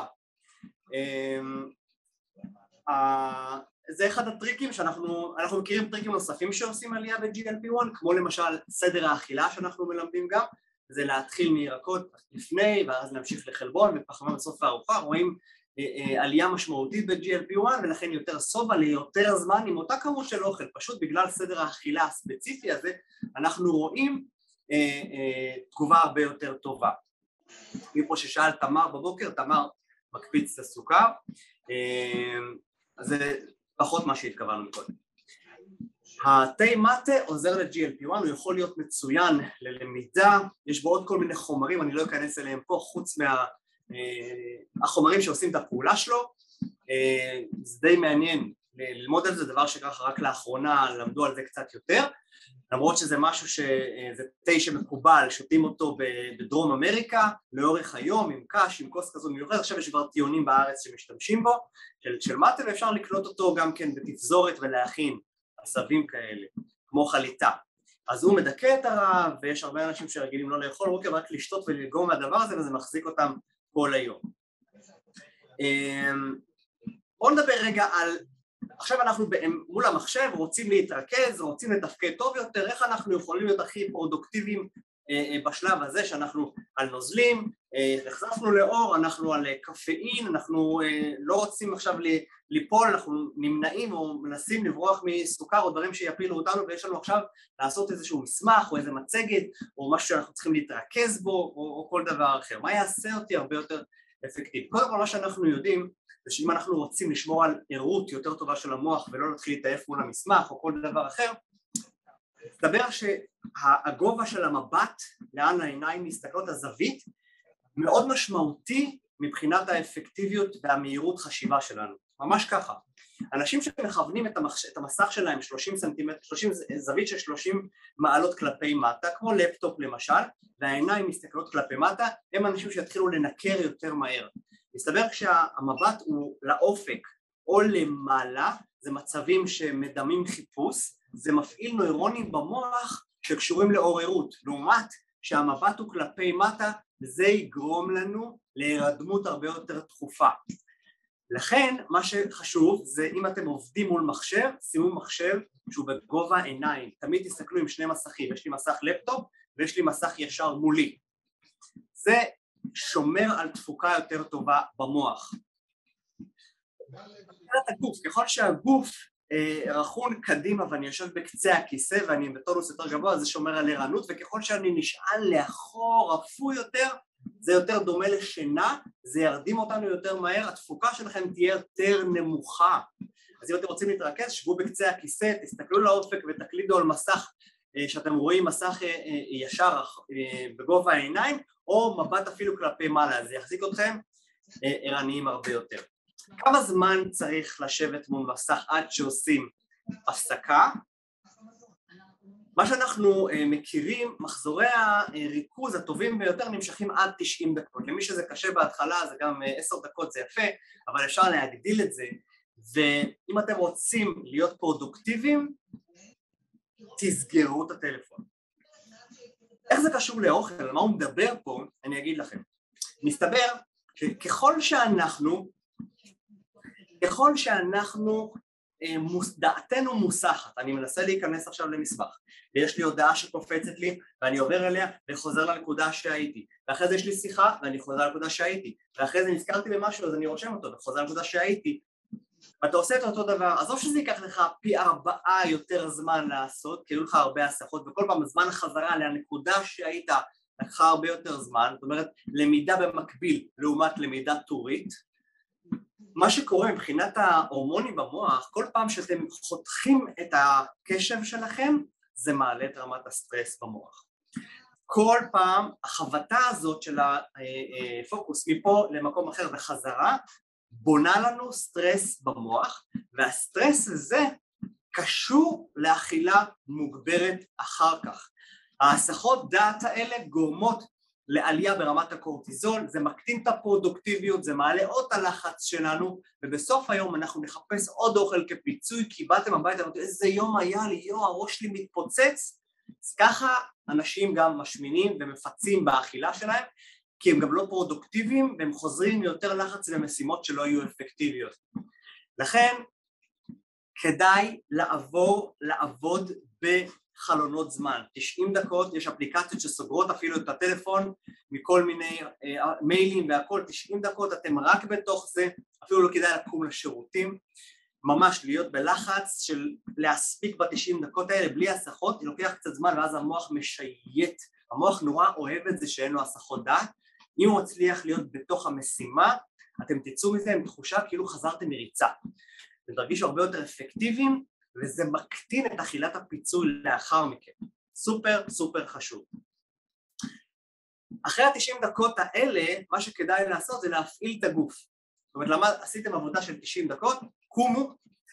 זה אחד הטריקים שאנחנו מכירים טריקים נוספים שעושים עלייה ב-GLP-1, כמו למשל סדר האכילה שאנחנו מלמדים גם, זה להתחיל מירקות לפני ואז להמשיך לחלבון ופחמימה בסוף הארוחה. רואים עלייה משמעותית ב-GLP-1 ולכן יותר סובה ליותר זמן עם אותה כמות של אוכל, פשוט בגלל סדר האכילה הספציפי הזה אנחנו רואים תגובה הרבה יותר טובה. מפה ששאל תמר בבוקר, תמר מקפיץ את הסוכר, אז זה פחות מה שהתכוונו קודם. התה מטה עוזר ל-GLP-1, הוא יכול להיות מצוין ללמידה, יש בו עוד כל מיני חומרים, אני לא אכנס אליהם פה, חוץ מהחומרים שעושים את הפעולה שלו. זה די מעניין ללמוד על זה, דבר שככה רק לאחרונה למדו על זה קצת יותר, למרות שזה משהו שזה תה שמקובל, שותים אותו בדרום אמריקה לאורך היום עם קש, עם כוס כזו מיוחדת. עכשיו יש כבר טיונים בארץ שמשתמשים בו של מטה, ואפשר לקנות אותו גם כן בתפזורת ולהכין עשבים כאלה, כמו חליטה. אז הוא מדכא את הרעב, ויש הרבה אנשים שרגילים לא לאכול, רק לשתות ולגרום מהדבר הזה, וזה מחזיק אותם כל היום. בואו נדבר רגע על, עכשיו אנחנו מול המחשב, רוצים להתרכז, רוצים לתפקד טוב יותר, איך אנחנו יכולים להיות הכי פרודוקטיביים בשלב הזה שאנחנו על נוזלים, נחשפנו לאור, אנחנו על קפאין, אנחנו לא רוצים עכשיו ליפול, אנחנו נמנעים או מנסים לברוח מסוכר או דברים שיפילו אותנו, ויש לנו עכשיו לעשות איזשהו מסמך או איזה מצגת או משהו שאנחנו צריכים להתרכז בו או כל דבר אחר. מה יעשה אותי הרבה יותר אפקטיבי? קודם כל מה שאנחנו יודעים זה שאם אנחנו רוצים לשמור על ערות יותר טובה של המוח ולא להתחיל להתעייף מול המסמך או כל דבר אחר, מסתבר שהגובה של המבט, לאן העיניים מסתכלות, הזווית, מאוד משמעותי מבחינת האפקטיביות והמהירות חשיבה שלנו, ממש ככה. אנשים שמכוונים את המסך שלהם 30 סנטימטר, זווית של 30 מעלות כלפי מטה, כמו לפטופ למשל, והעיניים מסתכלות כלפי מטה, הם אנשים שיתחילו לנקר יותר מהר. מסתבר כשהמבט הוא לאופק או למעלה, זה מצבים שמדמים חיפוש, זה מפעיל נוירונים במוח שקשורים לעוררות, לעומת שהמבט הוא כלפי מטה, זה יגרום לנו להירדמות הרבה יותר תכופה. לכן מה שחשוב זה אם אתם עובדים מול מחשב, שימו מחשב שהוא בגובה עיניים, תמיד תסתכלו עם שני מסכים, יש לי מסך לפטופ ויש לי מסך ישר מולי, זה שומר על תפוקה יותר טובה במוח. ככל שהגוף רחון קדימה ואני יושב בקצה הכיסא ואני בטונוס יותר גבוה, זה שומר על ערנות, וככל שאני נשען לאחור רפוי יותר, זה יותר דומה לשינה, זה ירדים אותנו יותר מהר, התפוקה שלכם תהיה יותר נמוכה. אז אם אתם רוצים להתרכז, שבו בקצה הכיסא, תסתכלו לאופק ותקלידו על מסך שאתם רואים מסך ישר בגובה העיניים, או מבט אפילו כלפי מעלה, זה יחזיק אתכם ערניים הרבה יותר. כמה זמן צריך לשבת מול מסך עד שעושים הפסקה? מה שאנחנו מכירים, מחזורי הריכוז הטובים ביותר נמשכים עד 90 דקות. למי שזה קשה בהתחלה, זה גם 10 דקות זה יפה, אבל אפשר להגדיל את זה. ואם אתם רוצים להיות פרודוקטיביים, תסגרו את הטלפון. איך זה קשור לאוכל? על מה הוא מדבר פה? אני אגיד לכם. מסתבר שככל שאנחנו דעתנו מוסחת, אני מנסה להיכנס עכשיו למסמך, ויש לי הודעה שקופצת לי, ואני עובר אליה וחוזר לנקודה שהייתי, ואחרי זה יש לי שיחה ואני חוזר לנקודה שהייתי, ואחרי זה נזכרתי במשהו אז אני רושם אותו וחוזר לנקודה שהייתי, ואתה עושה את אותו דבר, עזוב שזה ייקח לך פי 4 יותר זמן לעשות, כאילו לך הרבה הסחות, וכל פעם הזמן החזרה לנקודה שהיית לקחה הרבה יותר זמן, זאת אומרת למידה במקביל לעומת למידה טורית. מה שקורה מבחינת ההורמונים במוח, כל פעם שאתם חותכים את הקשב שלכם, זה מעלה את רמת הסטרס במוח. כל פעם החבטה הזאת של הפוקוס מפה למקום אחר וחזרה, בונה לנו סטרס במוח, והסטרס הזה קשור לאכילה מוגברת אחר כך. ההסחות דעת האלה גורמות לעלייה ברמת הקורטיזול, זה מקטין את הפרודוקטיביות, זה מעלה עוד את הלחץ שלנו, ובסוף היום אנחנו נחפש עוד אוכל כפיצוי, כי באתם הביתה, איזה יום היה לי, הראש שלי מתפוצץ, אז ככה אנשים גם משמינים ומפצים באכילה שלהם, כי הם גם לא פרודוקטיביים, והם חוזרים יותר לחץ למשימות שלא יהיו אפקטיביות. לכן, כדאי לעבוד בחלונות זמן. 90 דקות, יש אפליקציות שסוגרות אפילו את הטלפון מכל מיני מיילים והכל, 90 דקות, אתם רק בתוך זה, אפילו לא כדאי לקום לשירותים, ממש להיות בלחץ של להספיק ב-90 דקות האלה בלי הסחות, זה לוקח קצת זמן ואז המוח משייט, המוח נורא אוהב את זה שאין לו הסחות דעת, אם הוא מצליח להיות בתוך המשימה, אתם תצאו מזה עם תחושה כאילו חזרתם מריצה. אתם תרגישו הרבה יותר אפקטיביים, וזה מקטין את אכילת הפיצוי לאחר מכן. סופר סופר חשוב. אחרי ה-90 דקות האלה, מה שכדאי לעשות זה להפעיל את הגוף. זאת אומרת, למה עשיתם עבודה של 90 דקות, קומו,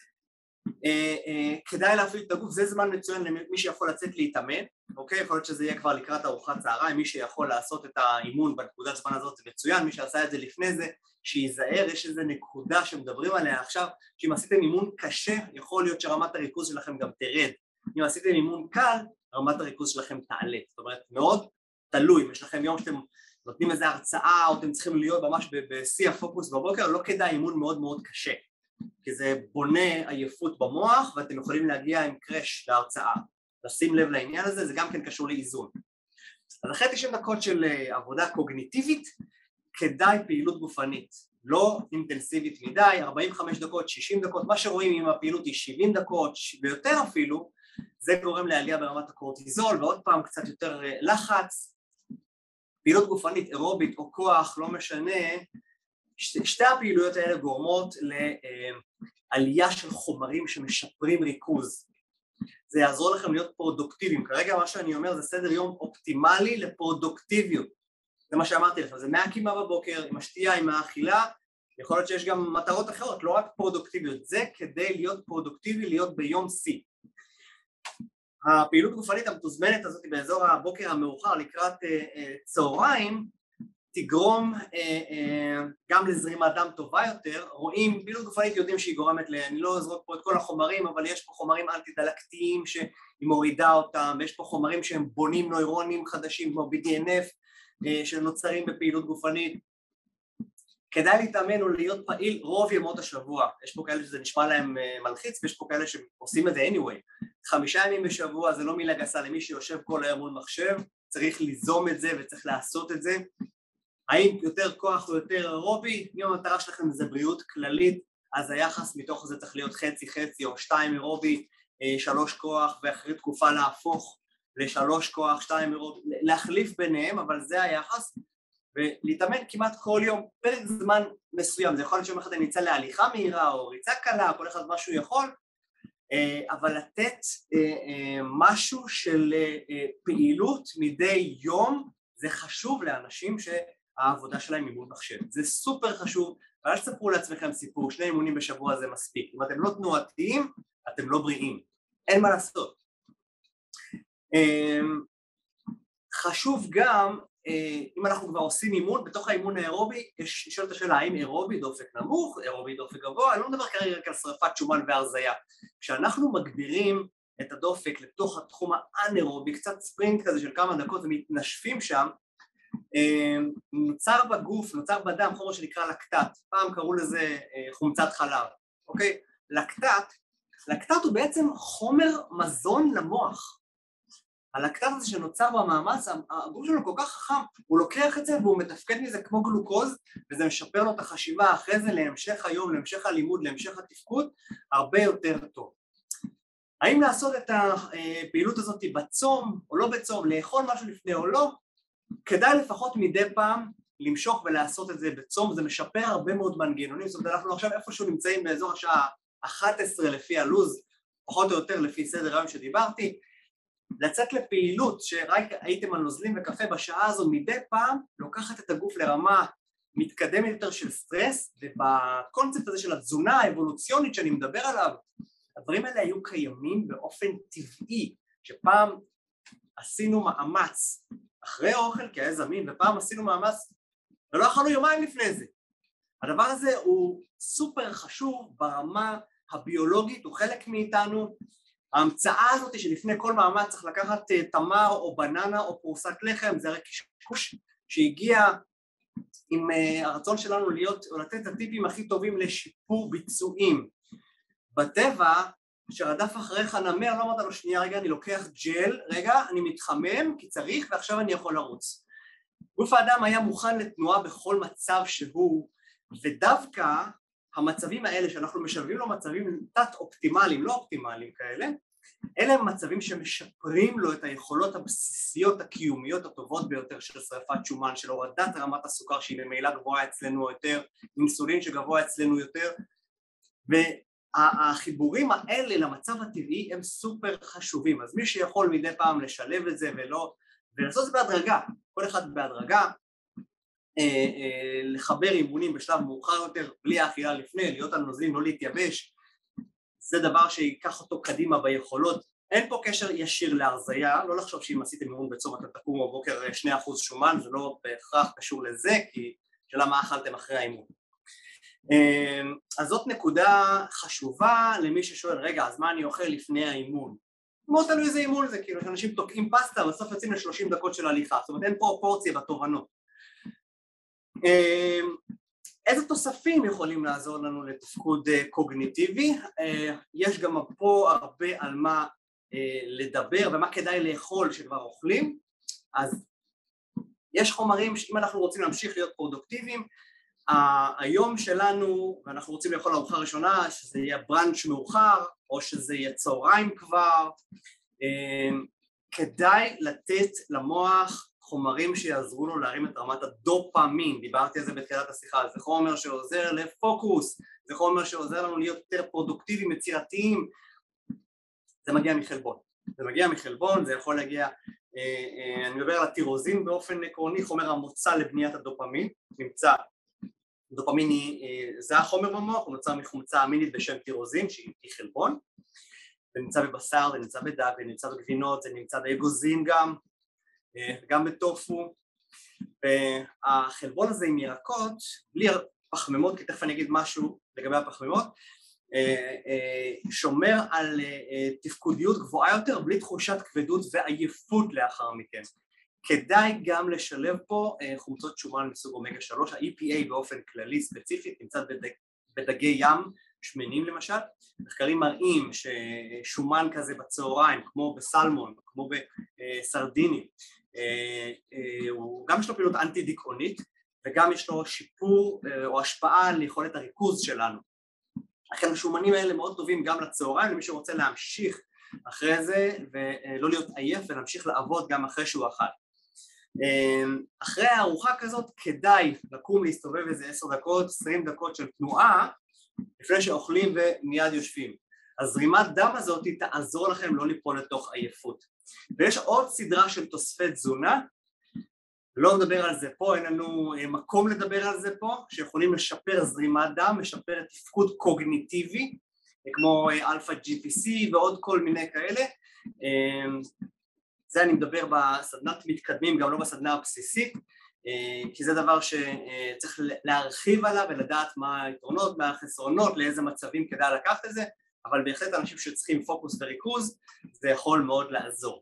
כדאי להפעיל את הגוף, זה זמן מצוין למי שיכול לצאת להתאמן, אוקיי? יכול להיות שזה יהיה כבר לקראת ארוחת צהריים, מי שיכול לעשות את האימון בנקודת זמן הזאת זה מצוין, מי שעשה את זה לפני זה, שיזהר, יש איזו נקודה שמדברים עליה עכשיו, שאם עשיתם אימון קשה, יכול להיות שרמת הריכוז שלכם גם תרד, אם עשיתם אימון קל, רמת הריכוז שלכם תעלה, זאת אומרת, מאוד תלוי, אם יש לכם יום שאתם נותנים איזו הרצאה, או אתם צריכים להיות ממש בשיא הפוקוס בבוקר, לא כדאי אימון מאוד מאוד קשה, כי זה בונה עייפות במוח, ואתם יכולים להגיע עם קרש להרצאה. לשים לב לעניין הזה, זה גם כן קשור לאיזון. אז אחרי 90 דקות של עבודה קוגניטיבית, כדאי פעילות גופנית, לא אינטנסיבית מדי, 45 דקות, 60 דקות, מה שרואים אם הפעילות היא 70 דקות ויותר אפילו, זה גורם לעלייה ברמת הקורטיזול, ועוד פעם קצת יותר לחץ. פעילות גופנית, אירובית או כוח, לא משנה, שתי הפעילויות האלה גורמות לעלייה של חומרים שמשפרים ריכוז. זה יעזור לכם להיות פרודוקטיביים. כרגע מה שאני אומר זה סדר יום אופטימלי לפרודוקטיביות. זה מה שאמרתי לכם, זה מהקימה בבוקר, עם השתייה, עם האכילה, יכול להיות שיש גם מטרות אחרות, לא רק פרודוקטיביות. זה כדי להיות פרודוקטיבי, להיות ביום C. הפעילות גופנית המתוזמנת הזאת באזור הבוקר המאוחר לקראת צהריים, תגרום גם לזרימת דם טובה יותר. רואים, פעילות גופנית יודעים שהיא גורמת אני לא אזרוק פה את כל החומרים, אבל יש פה חומרים אנטי-דלקתיים שהיא מורידה אותם, ויש פה חומרים שהם בונים נוירונים חדשים כמו BDNF שנוצרים בפעילות גופנית. כדאי להתאמן ולהיות פעיל רוב ימות השבוע. יש פה כאלה שזה נשמע להם מלחיץ, ויש פה כאלה שעושים את זה anyway. 5 ימים בשבוע זה לא מילה גסה למי שיושב כל היום מול מחשב, צריך ליזום את זה וצריך לעשות את זה. האם יותר כוח או יותר אירובי? אם המטרה שלכם זה בריאות כללית, אז היחס מתוך זה צריך להיות חצי-חצי או 2 אירובי, 3 כוח, ואחרי תקופה להפוך ל3 כוח, 2 אירובי, להחליף ביניהם, אבל זה היחס, ולהתאמן כמעט כל יום, פרק זמן מסוים. זה יכול להיות שיום אחד אני אצא להליכה מהירה או ריצה קלה, כל אחד משהו יכול, אבל לתת משהו של פעילות מדי יום, זה חשוב לאנשים שהעבודה שלהם אימון מחשב. זה סופר חשוב, ואל תספרו לעצמכם סיפור, 2 אימונים בשבוע זה מספיק. אם אתם לא תנועתיים, אתם לא בריאים. אין מה לעשות. חשוב גם, אם אנחנו כבר עושים אימון, בתוך האימון האירובי, יש לשאול את השאלה, האם אירובי דופק נמוך, אירובי דופק גבוה? אני לא מדבר כרגע על שריפת שומן והרזיה. כשאנחנו מגבירים את הדופק לתוך התחום האנאירובי, קצת ספרינט כזה של כמה דקות ומתנשפים שם, נוצר בגוף, נוצר בדם, חומר שנקרא לקטט, פעם קראו לזה חומצת חלב, אוקיי? לקטט הוא בעצם חומר מזון למוח. הלקטט הזה שנוצר במאמץ, הגוף שלו כל כך חכם, הוא לוקח את זה והוא מתפקד מזה כמו גלוקוז, וזה משפר לו את החשיבה אחרי זה להמשך היום, להמשך הלימוד, להמשך התפקוד, הרבה יותר טוב. האם לעשות את הפעילות הזאת בצום או לא בצום, לאכול משהו לפני או לא? כדאי לפחות מדי פעם למשוך ולעשות את זה בצום, זה משפר הרבה מאוד מנגנונים. זאת אומרת, אנחנו עכשיו איפשהו נמצאים באזור השעה 11 לפי הלוז, פחות או יותר לפי סדר היום שדיברתי, לצאת לפעילות שרק הייתם על נוזלים וקפה בשעה הזו מדי פעם, לוקחת את הגוף לרמה מתקדמת יותר של סטרס, ובקונספט הזה של התזונה האבולוציונית שאני מדבר עליו, הדברים האלה היו קיימים באופן טבעי, שפעם עשינו מאמץ, אחרי האוכל כי היה זמין, ופעם עשינו מאמץ ולא אכלנו יומיים לפני זה. הדבר הזה הוא סופר חשוב ברמה הביולוגית, הוא חלק מאיתנו. ההמצאה הזאת שלפני כל מאמץ צריך לקחת תמר או בננה או פרוסת לחם, זה הרי קשקוש שהגיע עם הרצון שלנו להיות או לתת את הטיפים הכי טובים לשיפור ביצועים. בטבע, שרדף אחריך נמר, לא אמרת לו שנייה רגע, אני לוקח ג'ל, רגע, אני מתחמם כי צריך ועכשיו אני יכול לרוץ. גוף האדם היה מוכן לתנועה בכל מצב שהוא, ודווקא המצבים האלה שאנחנו משלבים לו מצבים תת-אופטימליים, לא אופטימליים כאלה, אלה הם מצבים שמשפרים לו את היכולות הבסיסיות הקיומיות הטובות ביותר של שריפת שומן, של הורדת רמת הסוכר שהיא ממילא גבוהה אצלנו יותר, אינסולין שגבוה אצלנו יותר, והחיבורים האלה למצב הטבעי הם סופר חשובים. אז מי שיכול מדי פעם לשלב את זה ולעשות את זה בהדרגה, כל אחד בהדרגה, לחבר אימונים בשלב מאוחר יותר, בלי האכילה לפני, להיות על נוזלים, לא להתייבש, זה דבר שיקח אותו קדימה ביכולות. אין פה קשר ישיר להרזיה, לא לחשוב שאם עשיתם אימון בצום אתם תקומו בבוקר 2% שומן, זה לא בהכרח קשור לזה, כי שאלה מה אכלתם אחרי האימון. אז זאת נקודה חשובה למי ששואל, רגע, אז מה אני אוכל לפני האימון? מאוד תלוי איזה אימון זה, כאילו שאנשים תוקעים פסטה, בסוף יוצאים ל30 דקות של הליכה, זאת אומרת אין פרופורציה בתובנות. איזה תוספים יכולים לעזור לנו לתפקוד קוגניטיבי? יש גם פה הרבה על מה לדבר ומה כדאי לאכול שכבר אוכלים. אז יש חומרים שאם אנחנו רוצים להמשיך להיות פרודוקטיביים, היום שלנו, ואנחנו רוצים לאכול ארוחה ראשונה, שזה יהיה ברנץ' מאוחר, או שזה יהיה צהריים כבר, כדאי לתת למוח חומרים שיעזרו לו להרים את רמת הדופמין, דיברתי על זה בתחילת השיחה, זה חומר שעוזר לפוקוס, זה חומר שעוזר לנו להיות יותר פרודוקטיביים, יצירתיים, זה מגיע מחלבון, זה יכול להגיע, אני מדבר על הטירוזין באופן עקרוני, חומר המוצא לבניית הדופמין, נמצא, דופמין זה החומר במוח, הוא נוצר מחומצה אמינית בשם טירוזין, שהיא חלבון, זה נמצא בבשר, זה נמצא בדג, זה נמצא בגבינות, זה נמצא באגוזים גם בטופו, והחלבון הזה עם ירקות, בלי פחמימות, כי תכף אני אגיד משהו לגבי הפחמימות, שומר על תפקודיות גבוהה יותר, בלי תחושת כבדות ועייפות לאחר מכן. כדאי גם לשלב פה חומצות שומן מסוג אומגה 3, ה-EPA באופן כללי ספציפית, נמצאת בדגי ים, שמנים למשל, מחקרים מראים ששומן כזה בצהריים, כמו בסלמון, כמו בסרדינים, הוא גם יש לו פעילות אנטי דיכאונית וגם יש לו שיפור או השפעה על יכולת הריכוז שלנו. לכן השומנים האלה מאוד טובים גם לצהריים, למי שרוצה להמשיך אחרי זה ולא להיות עייף ולהמשיך לעבוד גם אחרי שהוא אכל. אחרי הארוחה כזאת כדאי לקום להסתובב איזה 10 דקות, 20 דקות של תנועה לפני שאוכלים ומיד יושבים. הזרימת דם הזאת תעזור לכם לא ליפול לתוך עייפות. ויש עוד סדרה של תוספי תזונה, לא נדבר על זה פה, אין לנו מקום לדבר על זה פה, שיכולים לשפר זרימת דם, לשפר תפקוד קוגניטיבי, כמו אלפא GPC ועוד כל מיני כאלה. זה אני מדבר בסדנת מתקדמים, גם לא בסדנה הבסיסית, כי זה דבר שצריך להרחיב עליו ולדעת מה היתרונות, מה החסרונות, לאיזה מצבים כדאי לקחת את זה, אבל בהחלט אנשים שצריכים פוקוס וריכוז, זה יכול מאוד לעזור.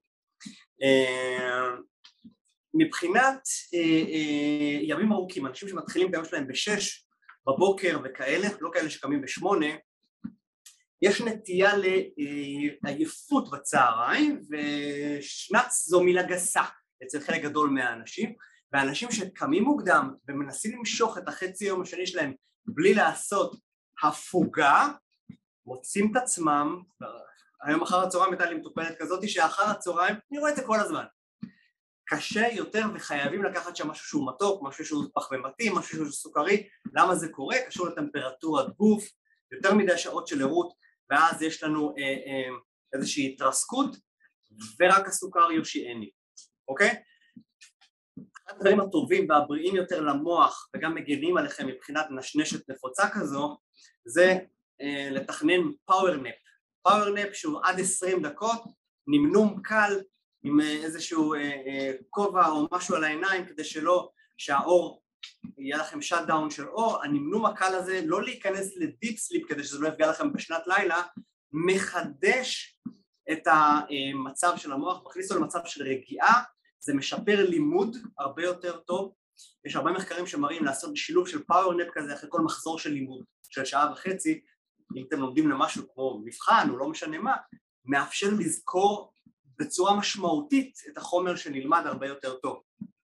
מבחינת ימים ארוכים, אנשים שמתחילים את היום שלהם ב6 בבוקר וכאלה, לא כאלה שקמים ב8, יש נטייה לעייפות בצהריים, ושנץ זו מילה גסה אצל חלק גדול מהאנשים, ואנשים שקמים מוקדם ומנסים למשוך את החצי יום השני שלהם בלי לעשות הפוגה, מוצאים את עצמם, היום אחר הצהריים הייתה לי מטופלת כזאת שאחר הצהריים, אני רואה את זה כל הזמן, קשה יותר וחייבים לקחת שם משהו שהוא מתוק, משהו שהוא פחמימתי, משהו שהוא סוכרי. למה זה קורה? קשור לטמפרטורת גוף, יותר מדי שעות של ערות, ואז יש לנו איזושהי התרסקות, ורק הסוכר יושיעני, אוקיי? אחד הדברים הטובים והבריאים יותר למוח, וגם מגנים עליכם מבחינת נשנשת נפוצה כזו, זה לתכנן פאוור נפ. פאוור נפ שהוא עד 20 דקות, נמנום קל, עם איזשהו כובע או משהו על העיניים כדי שהאור יהיה לכם שאט דאון של אור. הנמנום הקל הזה, לא להיכנס לדיפ סליפ כדי שזה לא יפגע לכם בשנת לילה, מחדש את המצב של המוח, מכניס אותו למצב של רגיעה, זה משפר לימוד הרבה יותר טוב. יש הרבה מחקרים שמראים לעשות שילוב של פאוור נפ כזה אחרי כל מחזור של לימוד של שעה וחצי, אם אתם לומדים למשהו כמו מבחן או לא משנה מה, מאפשר לזכור בצורה משמעותית את החומר שנלמד הרבה יותר טוב.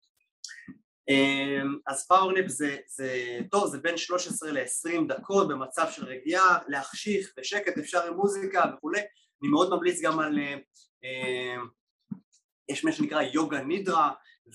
אז פאוור נפ זה טוב, זה בין 13 ל-20 דקות במצב של רגיעה, להחשיך בשקט, אפשר עם מוזיקה וכולי. אני מאוד ממליץ גם על, יש מה שנקרא יוגה נידרה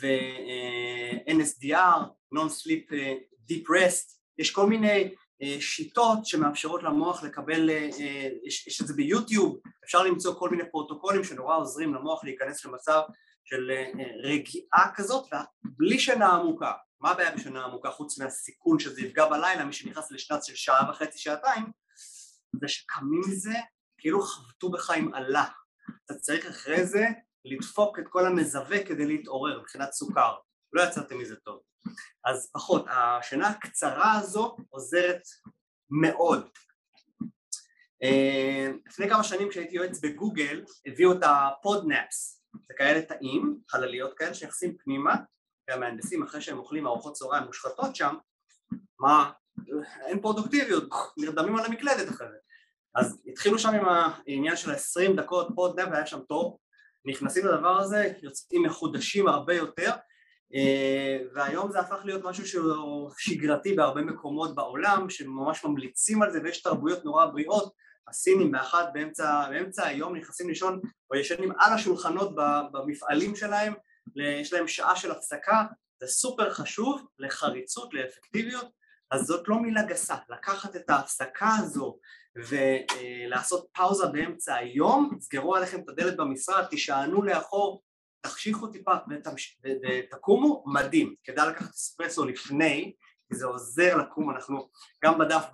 ו-NSDR, Non-Sleep Deep Rest, יש כל מיני שיטות שמאפשרות למוח לקבל, יש את זה ביוטיוב, אפשר למצוא כל מיני פרוטוקולים שנורא עוזרים למוח להיכנס למצב של רגיעה כזאת, בלי שינה עמוקה. מה הבעיה בשינה עמוקה חוץ מהסיכון שזה יפגע בלילה, מי שנכנס לשנת של שעה וחצי, שעתיים, זה שקמים מזה כאילו חבטו בך עם עלה. אתה צריך אחרי זה לדפוק את כל המזווה כדי להתעורר מבחינת סוכר, לא יצאתם מזה טוב. אז פחות, השינה הקצרה הזו עוזרת מאוד. לפני כמה שנים כשהייתי יועץ בגוגל, הביאו את הפודנאפס, זה כאלה תאים, חלליות כאלה שנכנסים פנימה, והמהנדסים אחרי שהם אוכלים ארוחות צהריים מושחתות שם, מה? אין פרודוקטיביות, נרדמים על המקלדת אחרי זה. אז התחילו שם עם העניין של 20 דקות פודנאפ, והיה שם תור, נכנסים לדבר הזה, יוצאים מחודשים הרבה יותר, והיום זה הפך להיות משהו שהוא שגרתי בהרבה מקומות בעולם, שממש ממליצים על זה, ויש תרבויות נורא בריאות. הסינים באחד באמצע היום נכנסים לישון או ישנים על השולחנות במפעלים שלהם, יש להם שעה של הפסקה, זה סופר חשוב לחריצות, לאפקטיביות. אז זאת לא מילה גסה, לקחת את ההפסקה הזו ולעשות פאוזה באמצע היום, סגרו עליכם את הדלת במשרד, תשענו לאחור, תחשיכו טיפה ותקומו, מדהים. כדאי לקחת אספרסו לפני, כי זה עוזר לקום. אנחנו גם בדף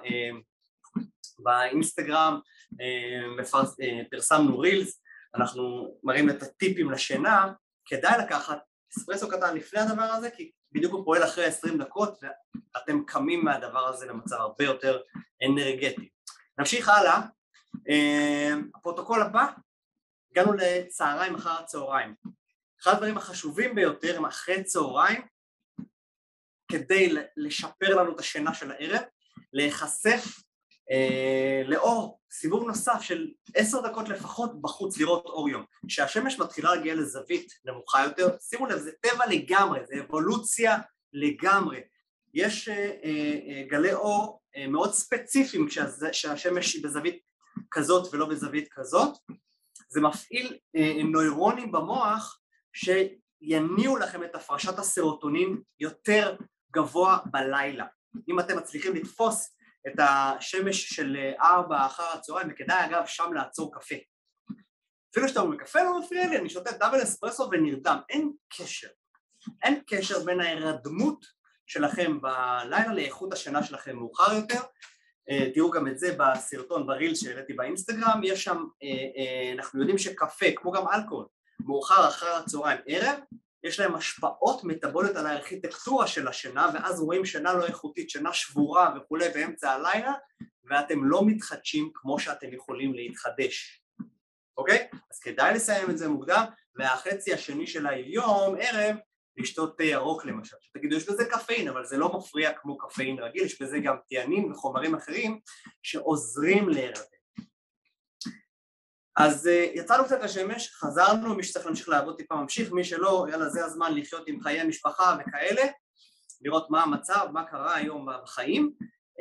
באינסטגרם פרסמנו רילס, אנחנו מראים את הטיפים לשינה, כדאי לקחת אספרסו קטן לפני הדבר הזה, כי בדיוק הוא פועל אחרי 20 דקות, ואתם קמים מהדבר הזה למצב הרבה יותר אנרגטי. נמשיך הלאה, הפרוטוקול הבא, הגענו לצהריים אחר הצהריים. אחד הדברים החשובים ביותר הם אחרי צהריים, כדי לשפר לנו את השינה של הערב, להיחשף לאור, סיבוב נוסף של 10 דקות לפחות בחוץ לראות אור יום. כשהשמש מתחילה להגיע לזווית נמוכה יותר, שימו לב, זה טבע לגמרי, זה אבולוציה לגמרי. יש גלי אור מאוד ספציפיים כשהשמש היא בזווית כזאת ולא בזווית כזאת, זה מפעיל נוירונים במוח שיניעו לכם את הפרשת הסרוטונין יותר גבוה בלילה. אם אתם מצליחים לתפוס את השמש של 4 אחר הצהריים, וכדאי אגב שם לעצור קפה. אפילו שאתה אומר, קפה לא מפריע לי, אני שותה דאבל אספרסו ונרדם. אין קשר. אין קשר בין ההירדמות שלכם בלילה לאיכות השינה שלכם מאוחר יותר. תראו גם את זה בסרטון בריל שהראיתי באינסטגרם, יש שם, אנחנו יודעים שקפה, כמו גם אלכוהול, מאוחר אחר הצהריים ערב, יש להם השפעות מטבוליות על הארכיטקטורה של השינה, ואז רואים שינה לא איכותית, שינה שבורה וכולי באמצע הלילה, ואתם לא מתחדשים כמו שאתם יכולים להתחדש. אוקיי? אז כדאי לסיים את זה מוקדם, והחצי השני של היום, ערב, לשתות תה ירוק למשל. תגידו, יש בזה קפאין, אבל זה לא מפריע כמו קפאין רגיל, יש בזה גם תיאנים וחומרים אחרים שעוזרים להירדם. אז יצאנו קצת לשמש, חזרנו, מי שצריך להמשיך לעבוד טיפה ממשיך, מי שלא, יאללה, זה הזמן לחיות עם חיי משפחה וכאלה, לראות מה המצב, מה קרה היום בחיים,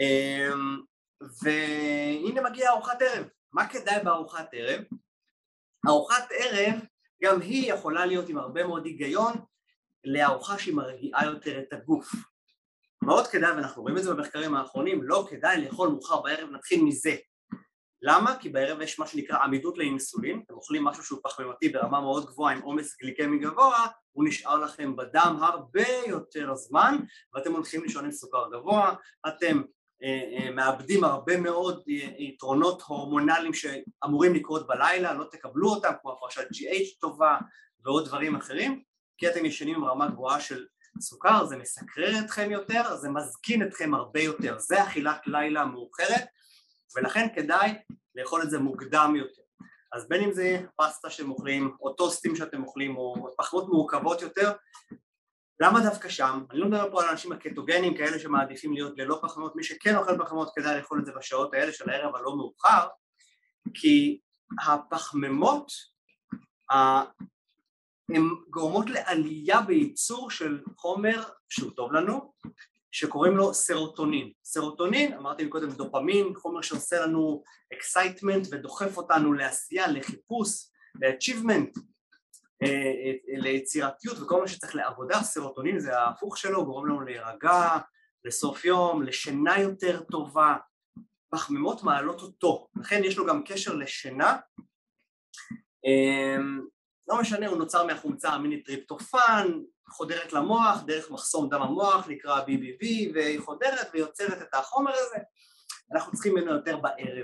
והנה מגיעה ארוחת ערב. מה כדאי בארוחת ערב? ארוחת ערב, גם היא יכולה להיות עם הרבה מאוד היגיון, לארוחה שהיא מרגיעה יותר את הגוף. מאוד כדאי, ואנחנו רואים את זה במחקרים האחרונים, לא כדאי לאכול מאוחר בערב, נתחיל מזה. למה? כי בערב יש מה שנקרא עמידות לאינסולין, אתם אוכלים משהו שהוא פחמימתי ברמה מאוד גבוהה עם עומס גליקמי גבוה, הוא נשאר לכם בדם הרבה יותר זמן, ואתם הולכים לישון עם סוכר גבוה, אתם מאבדים הרבה מאוד יתרונות הורמונליים שאמורים לקרות בלילה, לא תקבלו אותם, כמו הפרשת GH טובה ועוד דברים אחרים, כי אתם ישנים עם רמה גבוהה של סוכר, זה מסקרר אתכם יותר, זה מזקין אתכם הרבה יותר, זה אכילת לילה מאוחרת, ולכן כדאי לאכול את זה מוקדם יותר. אז בין אם זה פסטה שאתם אוכלים, או טוסטים שאתם אוכלים, או פחמות מורכבות יותר, למה דווקא שם? אני לא מדבר פה על אנשים הקטוגנים, כאלה שמעדיפים להיות ללא פחמות, מי שכן אוכל פחמות כדאי לאכול את זה בשעות האלה של הערב הלא מאוחר, כי הפחמימות הן גורמות לעלייה בייצור של חומר שהוא טוב לנו, שקוראים לו סרוטונין. סרוטונין, אמרתי קודם דופמין, חומר שעושה לנו excitement ודוחף אותנו לעשייה, לחיפוש, ל-achievement, ליצירתיות וכל מה שצריך לעבודה. סרוטונין זה ההפוך שלו, גורם לנו להירגע, לסוף יום, לשינה יותר טובה. פחמימות מעלות אותו, לכן יש לו גם קשר לשינה. לא משנה, הוא נוצר מהחומצה אמינית טריפטופן, חודרת למוח דרך מחסום דם המוח, נקרא BBB, והיא חודרת ויוצרת את החומר הזה. אנחנו צריכים ממנו יותר בערב.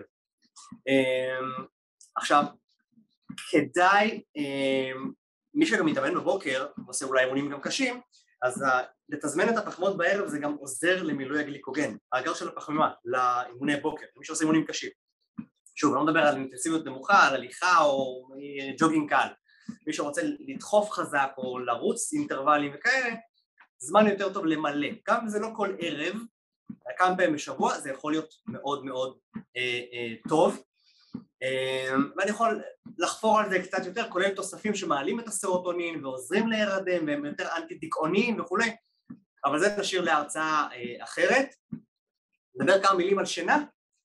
עכשיו, כדאי, מי שגם מתאמן בבוקר, עושה אולי אימונים גם קשים, אז לתזמן את הפחמימות בערב זה גם עוזר למילוי הגליקוגן, האגר של הפחמימה, לאימוני בוקר, מי שעושה אימונים קשים. שוב, אני לא מדבר על אינטנסיביות נמוכה, על הליכה או ג'וגינג קל. מי שרוצה לדחוף חזק או לרוץ אינטרוולים וכאלה, זמן יותר טוב למלא. גם אם זה לא כל ערב, כמה פעמים בשבוע, זה יכול להיות מאוד מאוד טוב. ואני יכול לחפור על זה קצת יותר, כולל תוספים שמעלים את הסרוטונין ועוזרים להירדם והם יותר אנטי דיכאוניים וכולי, אבל זה נשאיר להרצאה אחרת. נדבר כמה מילים על שינה.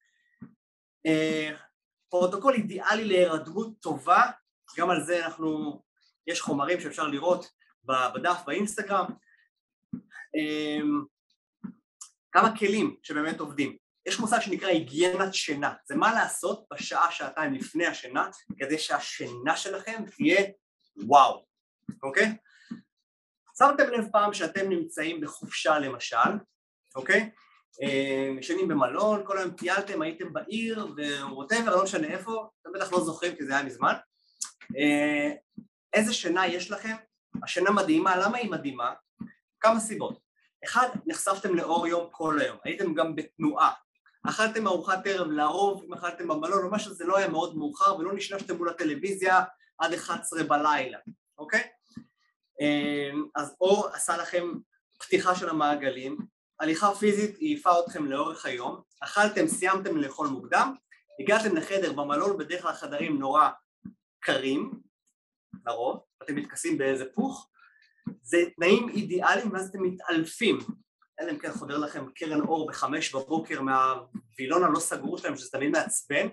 פרוטוקול אידיאלי להירדמות טובה, גם על זה יש חומרים שאפשר לראות בדף באינסטגרם. כמה כלים שבאמת עובדים. יש מושג שנקרא היגיינת שינה, זה מה לעשות בשעה, שעתיים לפני השינה, כדי שהשינה שלכם תהיה וואו, אוקיי? שמתם לב פעם שאתם נמצאים בחופשה למשל, אוקיי? ישנים במלון, כל היום טיילתם, הייתם בעיר, וווטאבר, לא משנה איפה, אתם בטח לא זוכרים כי זה היה מזמן. איזה שינה יש לכם? השינה מדהימה, למה היא מדהימה? כמה סיבות. אחד, נחשפתם לאור יום כל היום, הייתם גם בתנועה, אכלתם ארוחת ערב, לרוב אם אכלתם במלון או משהו, זה לא היה מאוד מאוחר ולא נשלשתם מול הטלוויזיה עד 11 בלילה, אוקיי? אז אור עשה לכם פתיחה של המעגלים, הליכה פיזית העיפה אתכם לאורך היום, אכלתם, סיימתם לאכול מוקדם, הגעתם לחדר במלון, בדרך כלל חדרים נורא קרים, לרוב, אתם מתכסים באיזה פוך, זה תנאים אידיאליים ואז אתם מתעלפים, אלא אם כן חודר לכם קרן אור ב5 בבוקר מהווילון הלא סגור שלהם, שזה תמיד מעצבן.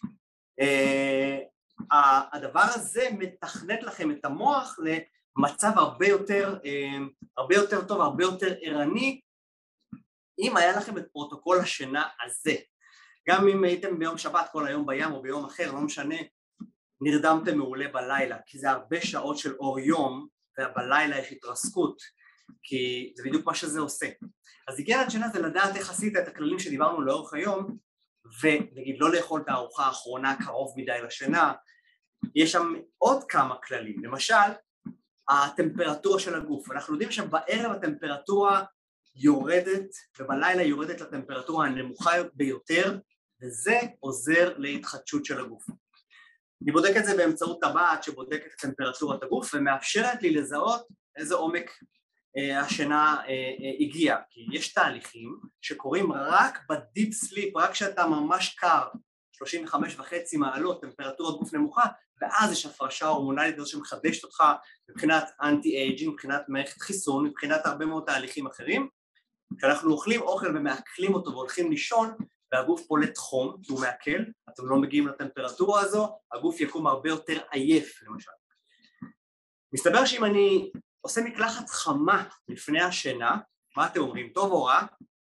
הדבר הזה מתכנת לכם את המוח למצב הרבה יותר טוב, הרבה יותר ערני, אם היה לכם את פרוטוקול השינה הזה. גם אם הייתם ביום שבת כל היום בים או ביום אחר, לא משנה, נרדמתם מעולה בלילה, כי זה הרבה שעות של אור יום, ובלילה יש התרסקות, כי זה בדיוק מה שזה עושה. אז היגיינת שינה זה לדעת איך עשית את הכללים שדיברנו לאורך היום, ונגיד לא לאכול את הארוחה האחרונה קרוב מדי לשינה. יש שם עוד כמה כללים, למשל, הטמפרטורה של הגוף. אנחנו יודעים שבערב הטמפרטורה יורדת, ובלילה יורדת לטמפרטורה הנמוכה ביותר, וזה עוזר להתחדשות של הגוף. אני בודק את זה באמצעות טבעת שבודקת את טמפרטורת הגוף ומאפשרת לי לזהות איזה עומק השינה הגיע, כי יש תהליכים שקורים רק בדיפ סליפ, רק כשאתה ממש קר, 35.5 מעלות, טמפרטורת גוף נמוכה, ואז יש הפרשה הורמונלית הזו שמחדשת אותך מבחינת אנטי-אייג'ינג, מבחינת מערכת חיסון, מבחינת הרבה מאוד תהליכים אחרים. כשאנחנו אוכלים אוכל ומאכלים אותו והולכים לישון, והגוף פולט חום, כי הוא מעכל, אתם לא מגיעים לטמפרטורה הזו, הגוף יקום הרבה יותר עייף, למשל. מסתבר שאם אני עושה מקלחת חמה לפני השינה, מה אתם אומרים, טוב או רע?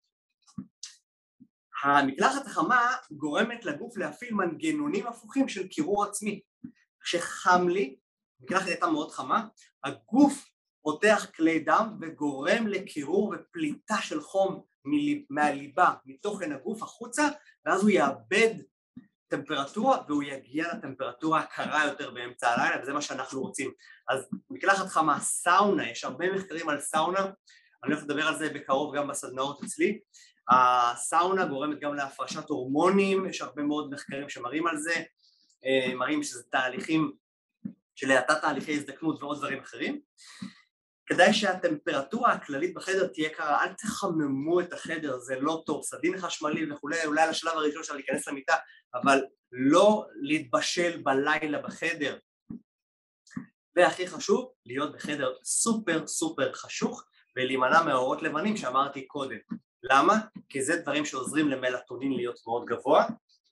המקלחת החמה גורמת לגוף להפעיל מנגנונים הפוכים של קירור עצמי. כשחם לי, מקלחת הייתה מאוד חמה, הגוף פותח כלי דם וגורם לקירור ופליטה של חום מהליבה, מתוכן הגוף החוצה, ואז הוא יאבד טמפרטורה והוא יגיע לטמפרטורה הקרה יותר באמצע הלילה, וזה מה שאנחנו רוצים. אז מקלחת חמה, סאונה, יש הרבה מחקרים על סאונה, אני הולך לדבר על זה בקרוב גם בסדנאות אצלי. הסאונה גורמת גם להפרשת הורמונים, יש הרבה מאוד מחקרים שמראים על זה, מראים שזה תהליכים של האטת תהליכי הזדקנות ועוד דברים אחרים. כדאי שהטמפרטורה הכללית בחדר תהיה קרה, אל תחממו את החדר, זה לא טוב, סדין חשמלי וכולי, אולי על השלב הראשון אפשר להיכנס למיטה, אבל לא להתבשל בלילה בחדר. והכי חשוב, להיות בחדר סופר סופר חשוך, ולהימנע מהאורות לבנים שאמרתי קודם. למה? כי זה דברים שעוזרים למלטונין להיות מאוד גבוה,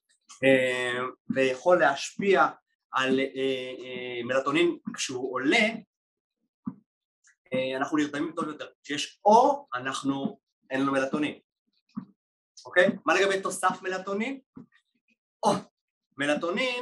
ויכול להשפיע על מלטונין כשהוא עולה, אנחנו נרדמים טוב יותר. כשיש אור, אין לנו מלטונין. אוקיי? מה לגבי תוסף מלטונין? מלטונין,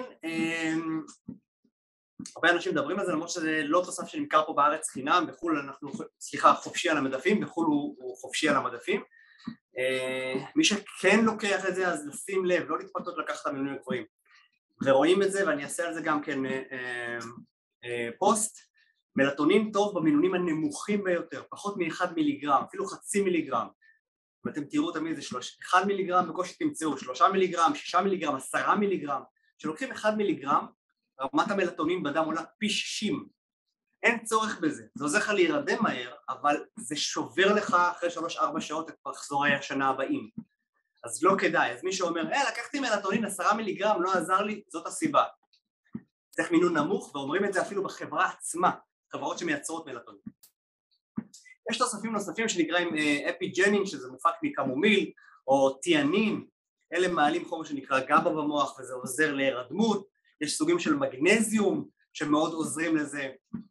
הרבה אנשים מדברים על זה, למרות שזה לא תוסף שנמכר פה בארץ חינם, בחול חופשי על המדפים, בחול הוא חופשי על המדפים. מי שכן לוקח את זה, אז לשים לב, לא להתפתות לקחת את המינונים הגבוהים. ורואים את זה, ואני אעשה על זה גם כן פוסט, מלטונין טוב במינונים הנמוכים ביותר, פחות מ-1 מיליגרם, אפילו חצי מיליגרם. ואתם תראו תמיד זה 1 מיליגרם, בקושי תמצאו 3 מיליגרם, 6 מיליגרם, 10 מיליגרם. כשלוקחים 1 מיליגרם, רמת המלטונין בדם עולה פי 60. אין צורך בזה, זה עוזר לך להירדם מהר, אבל זה שובר לך אחרי 3-4 שעות את מחזורי השנה הבאים. אז לא כדאי, אז מי שאומר, לקחתי מלטונין 10 מיליגרם, לא עזר לי, זאת הסיבה. צריך מינון נמוך, ואומרים את זה אפילו בחברה עצמה, חברות שמייצרות מלטונין. יש תוספים נוספים שנקראים אפיג'נין, שזה מופק מקמומיל, או תיאנין, אלה מעלים חומר שנקרא גאבה במוח, וזה עוזר להירדמות. יש סוגים של מגנזיום שמאוד עוזרים לזה,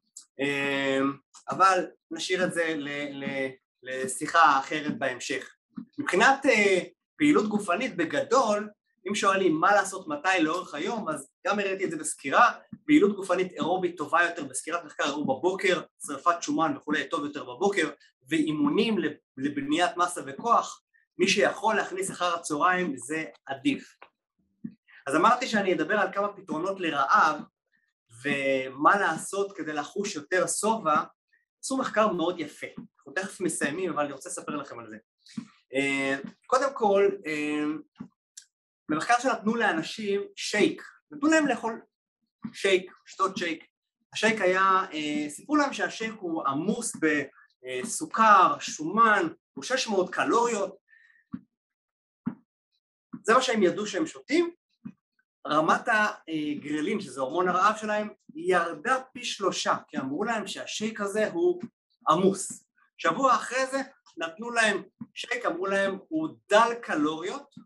אבל נשאיר את זה לשיחה אחרת בהמשך. מבחינת פעילות גופנית בגדול, אם שואלים מה לעשות מתי לאורך היום, אז גם הראיתי את זה בסקירה, פעילות גופנית אירובית טובה יותר, בסקירת מחקר הראו בבוקר, שרפת שומן וכולי טוב יותר בבוקר, ואימונים לבניית מסה וכוח, מי שיכול להכניס אחר הצהריים זה עדיף. אז אמרתי שאני אדבר על כמה פתרונות לרעב, ומה לעשות כדי לחוש יותר שובע, עשו מחקר מאוד יפה. אנחנו תכף מסיימים, אבל אני רוצה לספר לכם על זה. קודם כל, במחקר שנתנו לאנשים שייק, נתנו להם לאכול שייק, שתות שייק. השייק היה, סיפרו להם שהשייק הוא עמוס בסוכר, שומן, הוא 600 קלוריות. זה מה שהם ידעו שהם שותים. רמת הגרלין, שזה הורמון הרעב שלהם, ירדה פי 3, כי אמרו להם שהשייק הזה הוא עמוס. שבוע אחרי זה נתנו להם שייק, אמרו להם הוא דל קלוריות,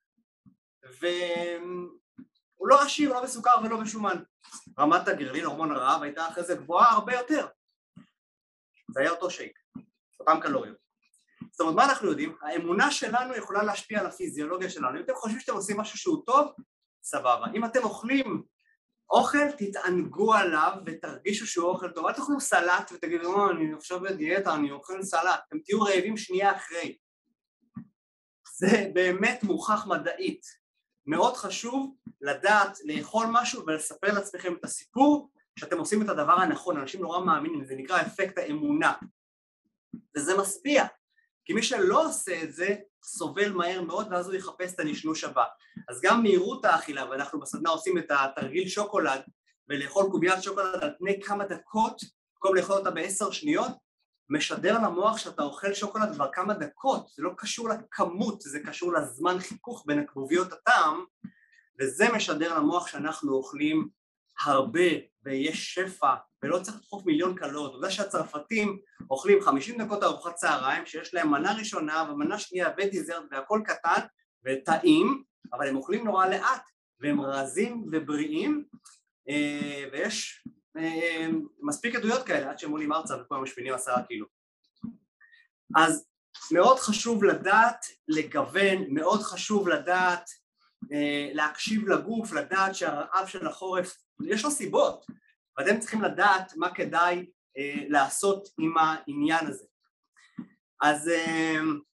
והוא לא עשיר, לא בסוכר ולא בשומן. רמת הגרלין, הורמון הרעב, הייתה אחרי זה גבוהה הרבה יותר. זה היה אותו שייק, אותם קלוריות. זאת אומרת, מה אנחנו יודעים? האמונה שלנו יכולה להשפיע על הפיזיולוגיה שלנו. אם אתם חושבים שאתם עושים משהו שהוא טוב, סבבה. אם אתם אוכלים אוכל, תתענגו עליו ותרגישו שהוא אוכל טוב. אל תאכלו סלט ותגידו, אני עכשיו בדיאטה, אני אוכל סלט. אתם תהיו רעבים שנייה אחרי. זה באמת מוכח מדעית. מאוד חשוב לדעת לאכול משהו ולספר לעצמכם את הסיפור שאתם עושים את הדבר הנכון. אנשים נורא מאמינים, זה נקרא אפקט האמונה. וזה משפיע. כי מי שלא עושה את זה, סובל מהר מאוד, ואז הוא יחפש את הנשנוש הבא. אז גם מהירות האכילה, ואנחנו בסדנה עושים את התרגיל שוקולד, ולאכול קוביית שוקולד על פני כמה דקות, במקום לאכול אותה ב10 שניות, משדר למוח שאתה אוכל שוקולד כבר כמה דקות, זה לא קשור לכמות, זה קשור לזמן חיכוך בין הכבוביות הטעם, וזה משדר למוח שאנחנו אוכלים הרבה, ויש שפע, ולא צריך לדחוף מיליון קלוריות. עובדה שהצרפתים אוכלים 50 דקות ארוחת צהריים, שיש להם מנה ראשונה ומנה שנייה ודיזרט והכל קטן וטעים, אבל הם אוכלים נורא לאט, והם רזים ובריאים, ויש מספיק עדויות כאלה, עד שהם עולים ארצה ופה הם משמינים 10 קילו. אז מאוד חשוב לדעת לגוון, מאוד חשוב לדעת להקשיב לגוף, לדעת שהרעב של החורף, יש לו סיבות, ואתם צריכים לדעת מה כדאי לעשות עם העניין הזה. אז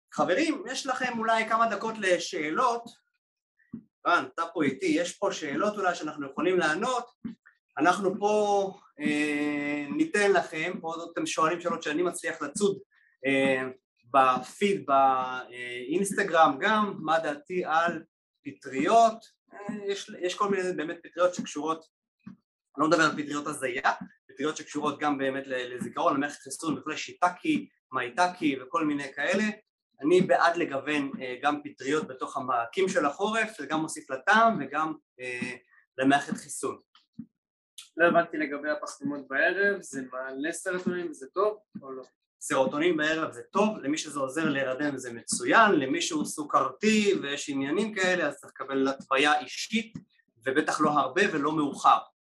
חברים, יש לכם אולי כמה דקות לשאלות. רן, אתה פה איתי, יש פה שאלות אולי שאנחנו יכולים לענות. אנחנו פה ניתן לכם, פה אתם שואלים שאלות שאני מצליח לצוד בפיד, באינסטגרם גם, מה דעתי על פטריות. יש כל מיני באמת פטריות שקשורות, אני לא מדבר על פטריות הזיה, פטריות שקשורות גם באמת לזיכרון, למערכת חיסון וכולי, שיטקי, מייטקי וכל מיני כאלה. אני בעד לגוון גם פטריות בתוך המעקים של החורף, זה גם מוסיף לטעם וגם למערכת חיסון. לא הבנתי לגבי הפחמימות בערב, זה מעלה סרוטונין, זה טוב או לא? סרוטונין בערב זה טוב, למי שזה עוזר להירדם זה מצוין, למי שהוא סוכרתי ויש עניינים כאלה אז צריך לקבל התוויה אישית ובטח לא הרבה ולא מאוחר.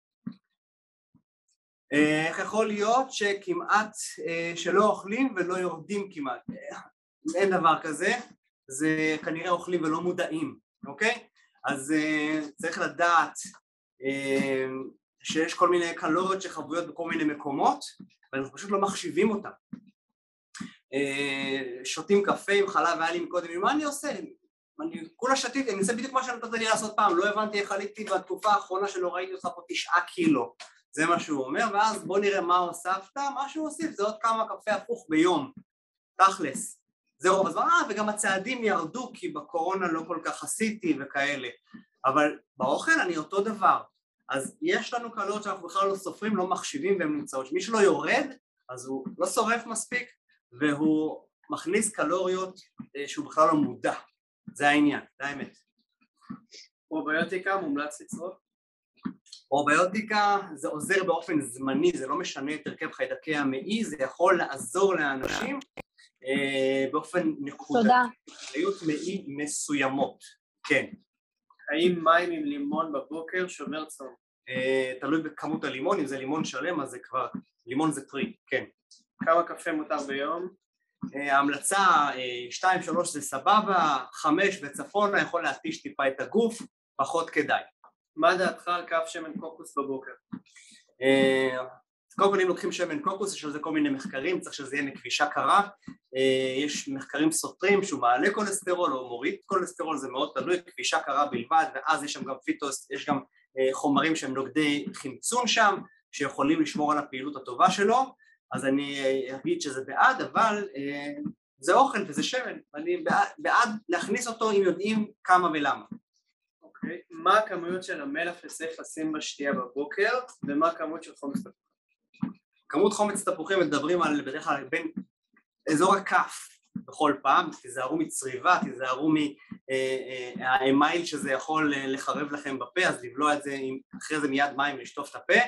איך יכול להיות שכמעט שלא אוכלים ולא יורדים כמעט? אין דבר כזה, זה כנראה אוכלים ולא מודעים, אוקיי? אז צריך לדעת שיש כל מיני קלוריות שחבויות בכל מיני מקומות ואנחנו פשוט לא מחשיבים אותם. שותים קפה עם חלב, והיה לי מקודם, מה אני עושה? אני כולה שתיתי, אני עושה בדיוק מה שנתת לי לעשות פעם, לא הבנתי איך עליתי בתקופה האחרונה שלא ראיתי אותך פה 9 קילו, זה מה שהוא אומר, ואז בוא נראה מה הוספת, מה שהוא הוסיף זה עוד כמה קפה הפוך ביום, תכלס, זה רוב הזמן, וגם הצעדים ירדו כי בקורונה לא כל כך עשיתי וכאלה, אבל באוכל אני אותו דבר, אז יש לנו קלוריות שאנחנו בכלל לא סופרים, לא מחשיבים והן נמצאות, מי שלא יורד אז הוא לא שורף מספיק והוא מכניס קלוריות שהוא בכלל לא מודע, זה העניין, זה האמת. פרוביוטיקה מומלץ לצרוך? פרוביוטיקה זה עוזר באופן זמני, זה לא משנה את הרכב חיידקי המעי, זה יכול לעזור לאנשים באופן נקודתי, חיות מעי מסוימות, כן. האם מים עם לימון בבוקר שומר צום? תלוי בכמות הלימון, אם זה לימון שלם אז זה כבר, לימון זה טרי, כן. כמה קפה מותר ביום? ההמלצה 2-3 זה סבבה, 5 וצפונה יכול להתיש טיפה את הגוף, פחות כדאי. מה דעתך על כף שמן קוקוס בבוקר? קודם כל אם לוקחים שמן קוקוס יש על זה כל מיני מחקרים, צריך שזה יהיה מכבישה קרה, יש מחקרים סותרים שהוא מעלה כולסטרול או מוריד כולסטרול, זה מאוד תלוי, כבישה קרה בלבד, ואז יש שם גם פיטוס, יש גם חומרים שהם נוגדי חמצון שם, שיכולים לשמור על הפעילות הטובה שלו, אז אני אגיד שזה בעד, אבל זה אוכל וזה שמן, אני בעד להכניס אותו אם יודעים כמה ולמה. אוקיי, מה הכמויות של המלח שצריך לשים בשתייה בבוקר, ומה הכמות של חומץ תפוחים? כמות חומץ תפוחים מדברים על בדרך כלל בין אזור הכף בכל פעם, תיזהרו מצריבה, תיזהרו מהאמייל שזה יכול לחרב לכם בפה, אז לבלוע את זה אחרי זה מיד מים ולשטוף את הפה.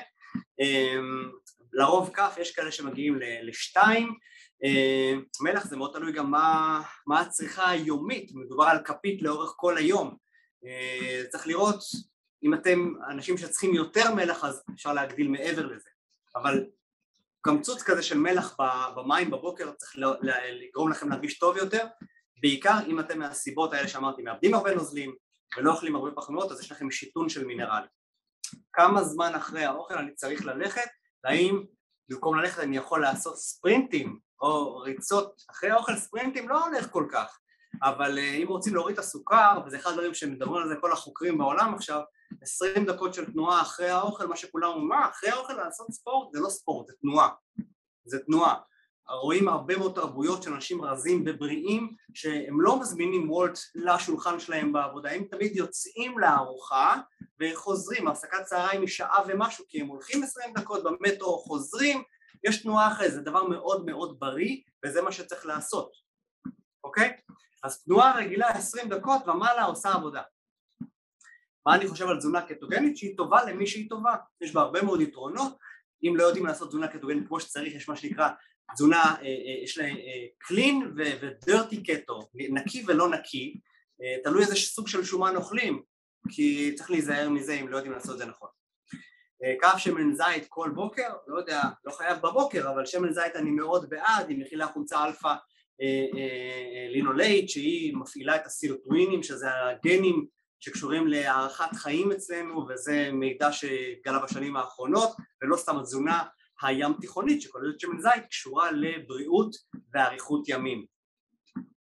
לרוב כף, יש כאלה שמגיעים ל2, מלח זה מאוד תלוי גם מה הצריכה היומית, מדובר על כפית לאורך כל היום, צריך לראות אם אתם אנשים שצריכים יותר מלח אז אפשר להגדיל מעבר לזה, אבל קמצוץ כזה של מלח במים בבוקר צריך לגרום לכם להרגיש טוב יותר, בעיקר אם אתם מהסיבות האלה שאמרתי, מאבדים הרבה נוזלים ולא אוכלים הרבה פחמימות, אז יש לכם שיתון של מינרלים. כמה זמן אחרי האוכל אני צריך ללכת, והאם במקום ללכת אני יכול לעשות ספרינטים או ריצות אחרי האוכל, ספרינטים לא הולך כל כך, אבל אם רוצים להוריד את הסוכר, וזה אחד הדברים שמדברים על זה כל החוקרים בעולם עכשיו, 20 דקות של תנועה אחרי האוכל, מה שכולם אומרים, מה, אחרי האוכל לעשות ספורט? זה לא ספורט, זה תנועה, זה תנועה. רואים הרבה מאוד תרבויות של אנשים רזים ובריאים שהם לא מזמינים וולט לשולחן שלהם בעבודה, הם תמיד יוצאים לארוחה וחוזרים, הפסקת צהריים היא שעה ומשהו כי הם הולכים 20 דקות במטרו, חוזרים, יש תנועה אחרי, זה דבר מאוד מאוד בריא וזה מה שצריך לעשות, אוקיי? אז תנועה רגילה 20 דקות ומעלה עושה עבודה. מה אני חושב על תזונה קטוגנית? שהיא טובה למי שהיא טובה, יש בה הרבה מאוד יתרונות, אם לא יודעים לעשות תזונה קטוגנית כמו שצריך, יש מה שנקרא תזונה, יש לה קלין ודירטי קטו, נקי ולא נקי, תלוי איזה סוג של שומן אוכלים, כי צריך להיזהר מזה אם לא יודעים לעשות את זה נכון. כף שמן זית כל בוקר, לא יודע, לא חייב בבוקר, אבל שמן זית אני מאוד בעד, היא מכילה חומצה אלפא לינולייט, שהיא מפעילה את הסירוטוינים, שזה הגנים שקשורים להארכת חיים אצלנו, וזה מידע שגלה בשנים האחרונות, ולא סתם התזונה הים תיכונית שכוללת שמן זית קשורה לבריאות ואריכות ימים.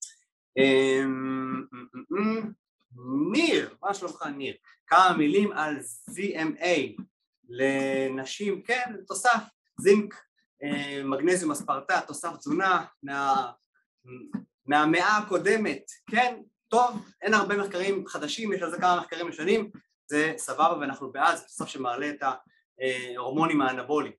ניר, מה שלומך ניר? כמה מילים על ZMA לנשים, כן, תוסף, זינק, מגנזיום, אספרטט, תוסף תזונה מהמאה הקודמת, כן, טוב, אין הרבה מחקרים חדשים, יש על זה כמה מחקרים ישנים, זה סבבה ואנחנו בעד, זה תוסף שמעלה את ההורמונים האנבוליים.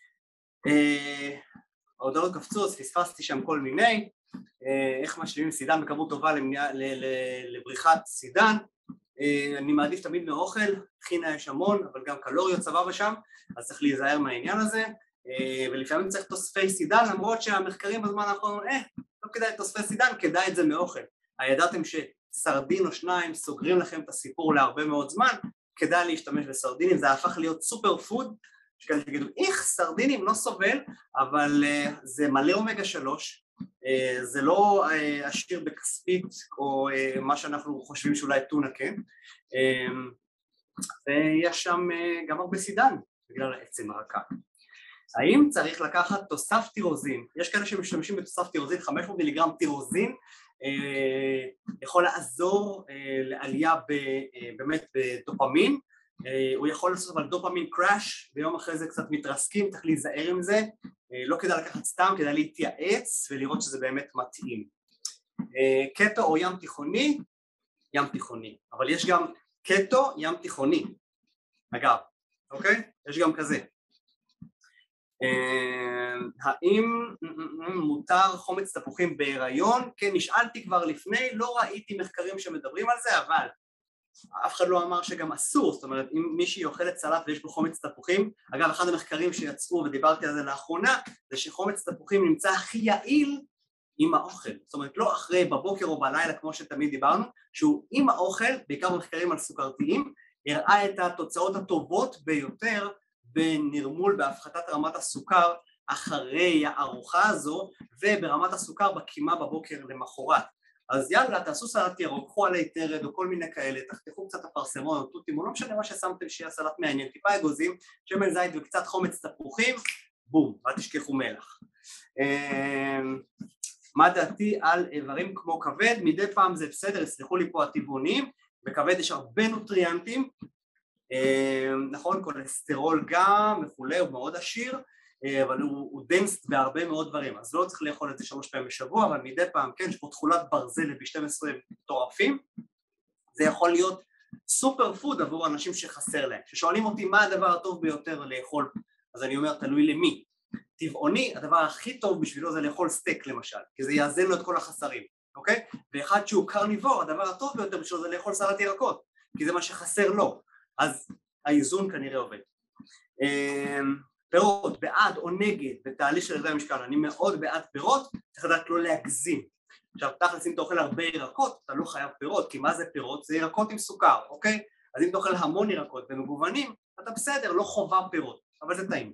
ההודעות קפצו, אז פספסתי שם כל מיני, איך משלימים סידן בכמות טובה לבריחת סידן, אני מעדיף תמיד מאוכל, חינה יש המון, אבל גם קלוריות סבבה שם, אז צריך להיזהר מהעניין הזה, ולפעמים צריך תוספי סידן, למרות שהמחקרים בזמן האחרון, לא כדאי תוספי סידן, כדאי את זה מאוכל. הידעתם שסרדין או שניים סוגרים לכם את הסיפור להרבה מאוד זמן, כדאי להשתמש בסרדינים, זה הפך להיות סופר פוד, שכאלה תגידו, איך סרדינים לא סובל, אבל זה מלא אומגה 3, זה לא עשיר בכספית או מה שאנחנו חושבים שאולי טונה כן, ויש שם גם הרבה סידן בגלל העצם הרכה. האם צריך לקחת תוסף טירוזין? יש כאלה שמשתמשים בתוסף טירוזין, 500 מיליגרם טירוזין יכול לעזור לעלייה באמת בדופמין, הוא יכול לעשות אבל דופמין קראש, ביום אחרי זה קצת מתרסקים, צריך להיזהר עם זה, לא כדאי לקחת סתם, כדאי להתייעץ ולראות שזה באמת מתאים. קטו או ים תיכוני? ים תיכוני, אבל יש גם קטו ים תיכוני, אגב, אוקיי? יש גם כזה. האם מותר חומץ תפוחים בהיריון? כן, נשאלתי כבר לפני, לא ראיתי מחקרים שמדברים על זה, אבל אף אחד לא אמר שגם אסור, זאת אומרת, אם מישהי אוכלת סלט ויש בו חומץ תפוחים, אגב, אחד המחקרים שיצאו ודיברתי על זה לאחרונה, זה שחומץ תפוחים נמצא הכי יעיל עם האוכל, זאת אומרת, לא אחרי בבוקר או בלילה כמו שתמיד דיברנו, שהוא עם האוכל, בעיקר במחקרים על סוכרתיים, הראה את התוצאות הטובות ביותר בנרמול בהפחתת רמת הסוכר אחרי הארוחה הזו, וברמת הסוכר בקימה בבוקר למחרת. אז יאללה, תעשו סלט ירוק, קחו עלי תרד או כל מיני כאלה, תחתכו קצת אפרסמון או תותים, או לא משנה מה ששמתם שיהיה סלט מעניין, טיפה אגוזים, שמן זית וקצת חומץ תפוחים, בום, אל תשכחו מלח. מה דעתי על איברים כמו כבד? מדי פעם זה בסדר, יסלחו לי פה הטבעונים, בכבד יש הרבה נוטריאנטים, נכון, כולסטרול גם וכולי, הוא מאוד עשיר, אבל הוא דנס בהרבה מאוד דברים, אז לא צריך לאכול את זה 3 פעמים בשבוע, אבל מדי פעם, כן, יש פה תכולת ברזל ב-12 מטורפים, זה יכול להיות סופר פוד עבור אנשים שחסר להם. כששואלים אותי מה הדבר הטוב ביותר לאכול, אז אני אומר, תלוי למי. טבעוני, הדבר הכי טוב בשבילו זה לאכול סטייק למשל, כי זה יאזן לו את כל החסרים, אוקיי? ואחד שהוא קרניבור, הדבר הטוב ביותר בשבילו זה לאכול סלט ירקות, כי זה מה שחסר לו, אז האיזון כנראה עובד. פירות, בעד או נגד בתהליך של ירידה במשקל, אני מאוד בעד פירות, צריך לדעת לא להגזים. עכשיו, תכלס אם אתה אוכל הרבה ירקות, אתה לא חייב פירות, כי מה זה פירות? זה ירקות עם סוכר, אוקיי? אז אם אתה אוכל המון ירקות ומגוונים, אתה בסדר, לא חובה פירות, אבל זה טעים.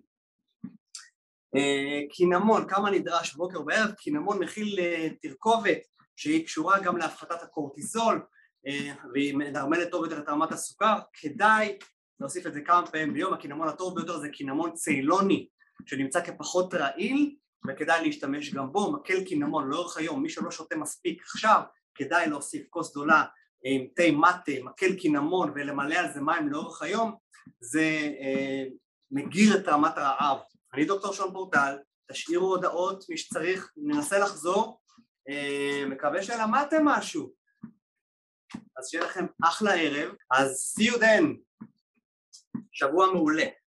קינמון, כמה נדרש בוקר ובערב? קינמון מכיל תרכובת שהיא קשורה גם להפחתת הקורטיזול, והיא מנרמלת טוב יותר את רמת הסוכר, כדאי להוסיף את זה כמה פעמים ביום. הקינמון הטוב ביותר זה קינמון ציילוני, שנמצא כפחות רעיל, וכדאי להשתמש גם בו. מקל קינמון לאורך היום, מי שלא שותה מספיק עכשיו, כדאי להוסיף כוס גדולה עם תה מטה, מקל קינמון ולמלא על זה מים לאורך היום, זה מגיר את רמת הרעב. אני דוקטור שון פורטל, תשאירו הודעות, מי שצריך, ננסה לחזור, מקווה שלמדתם משהו. אז שיהיה לכם אחלה ערב, אז see you then, שבוע מעולה.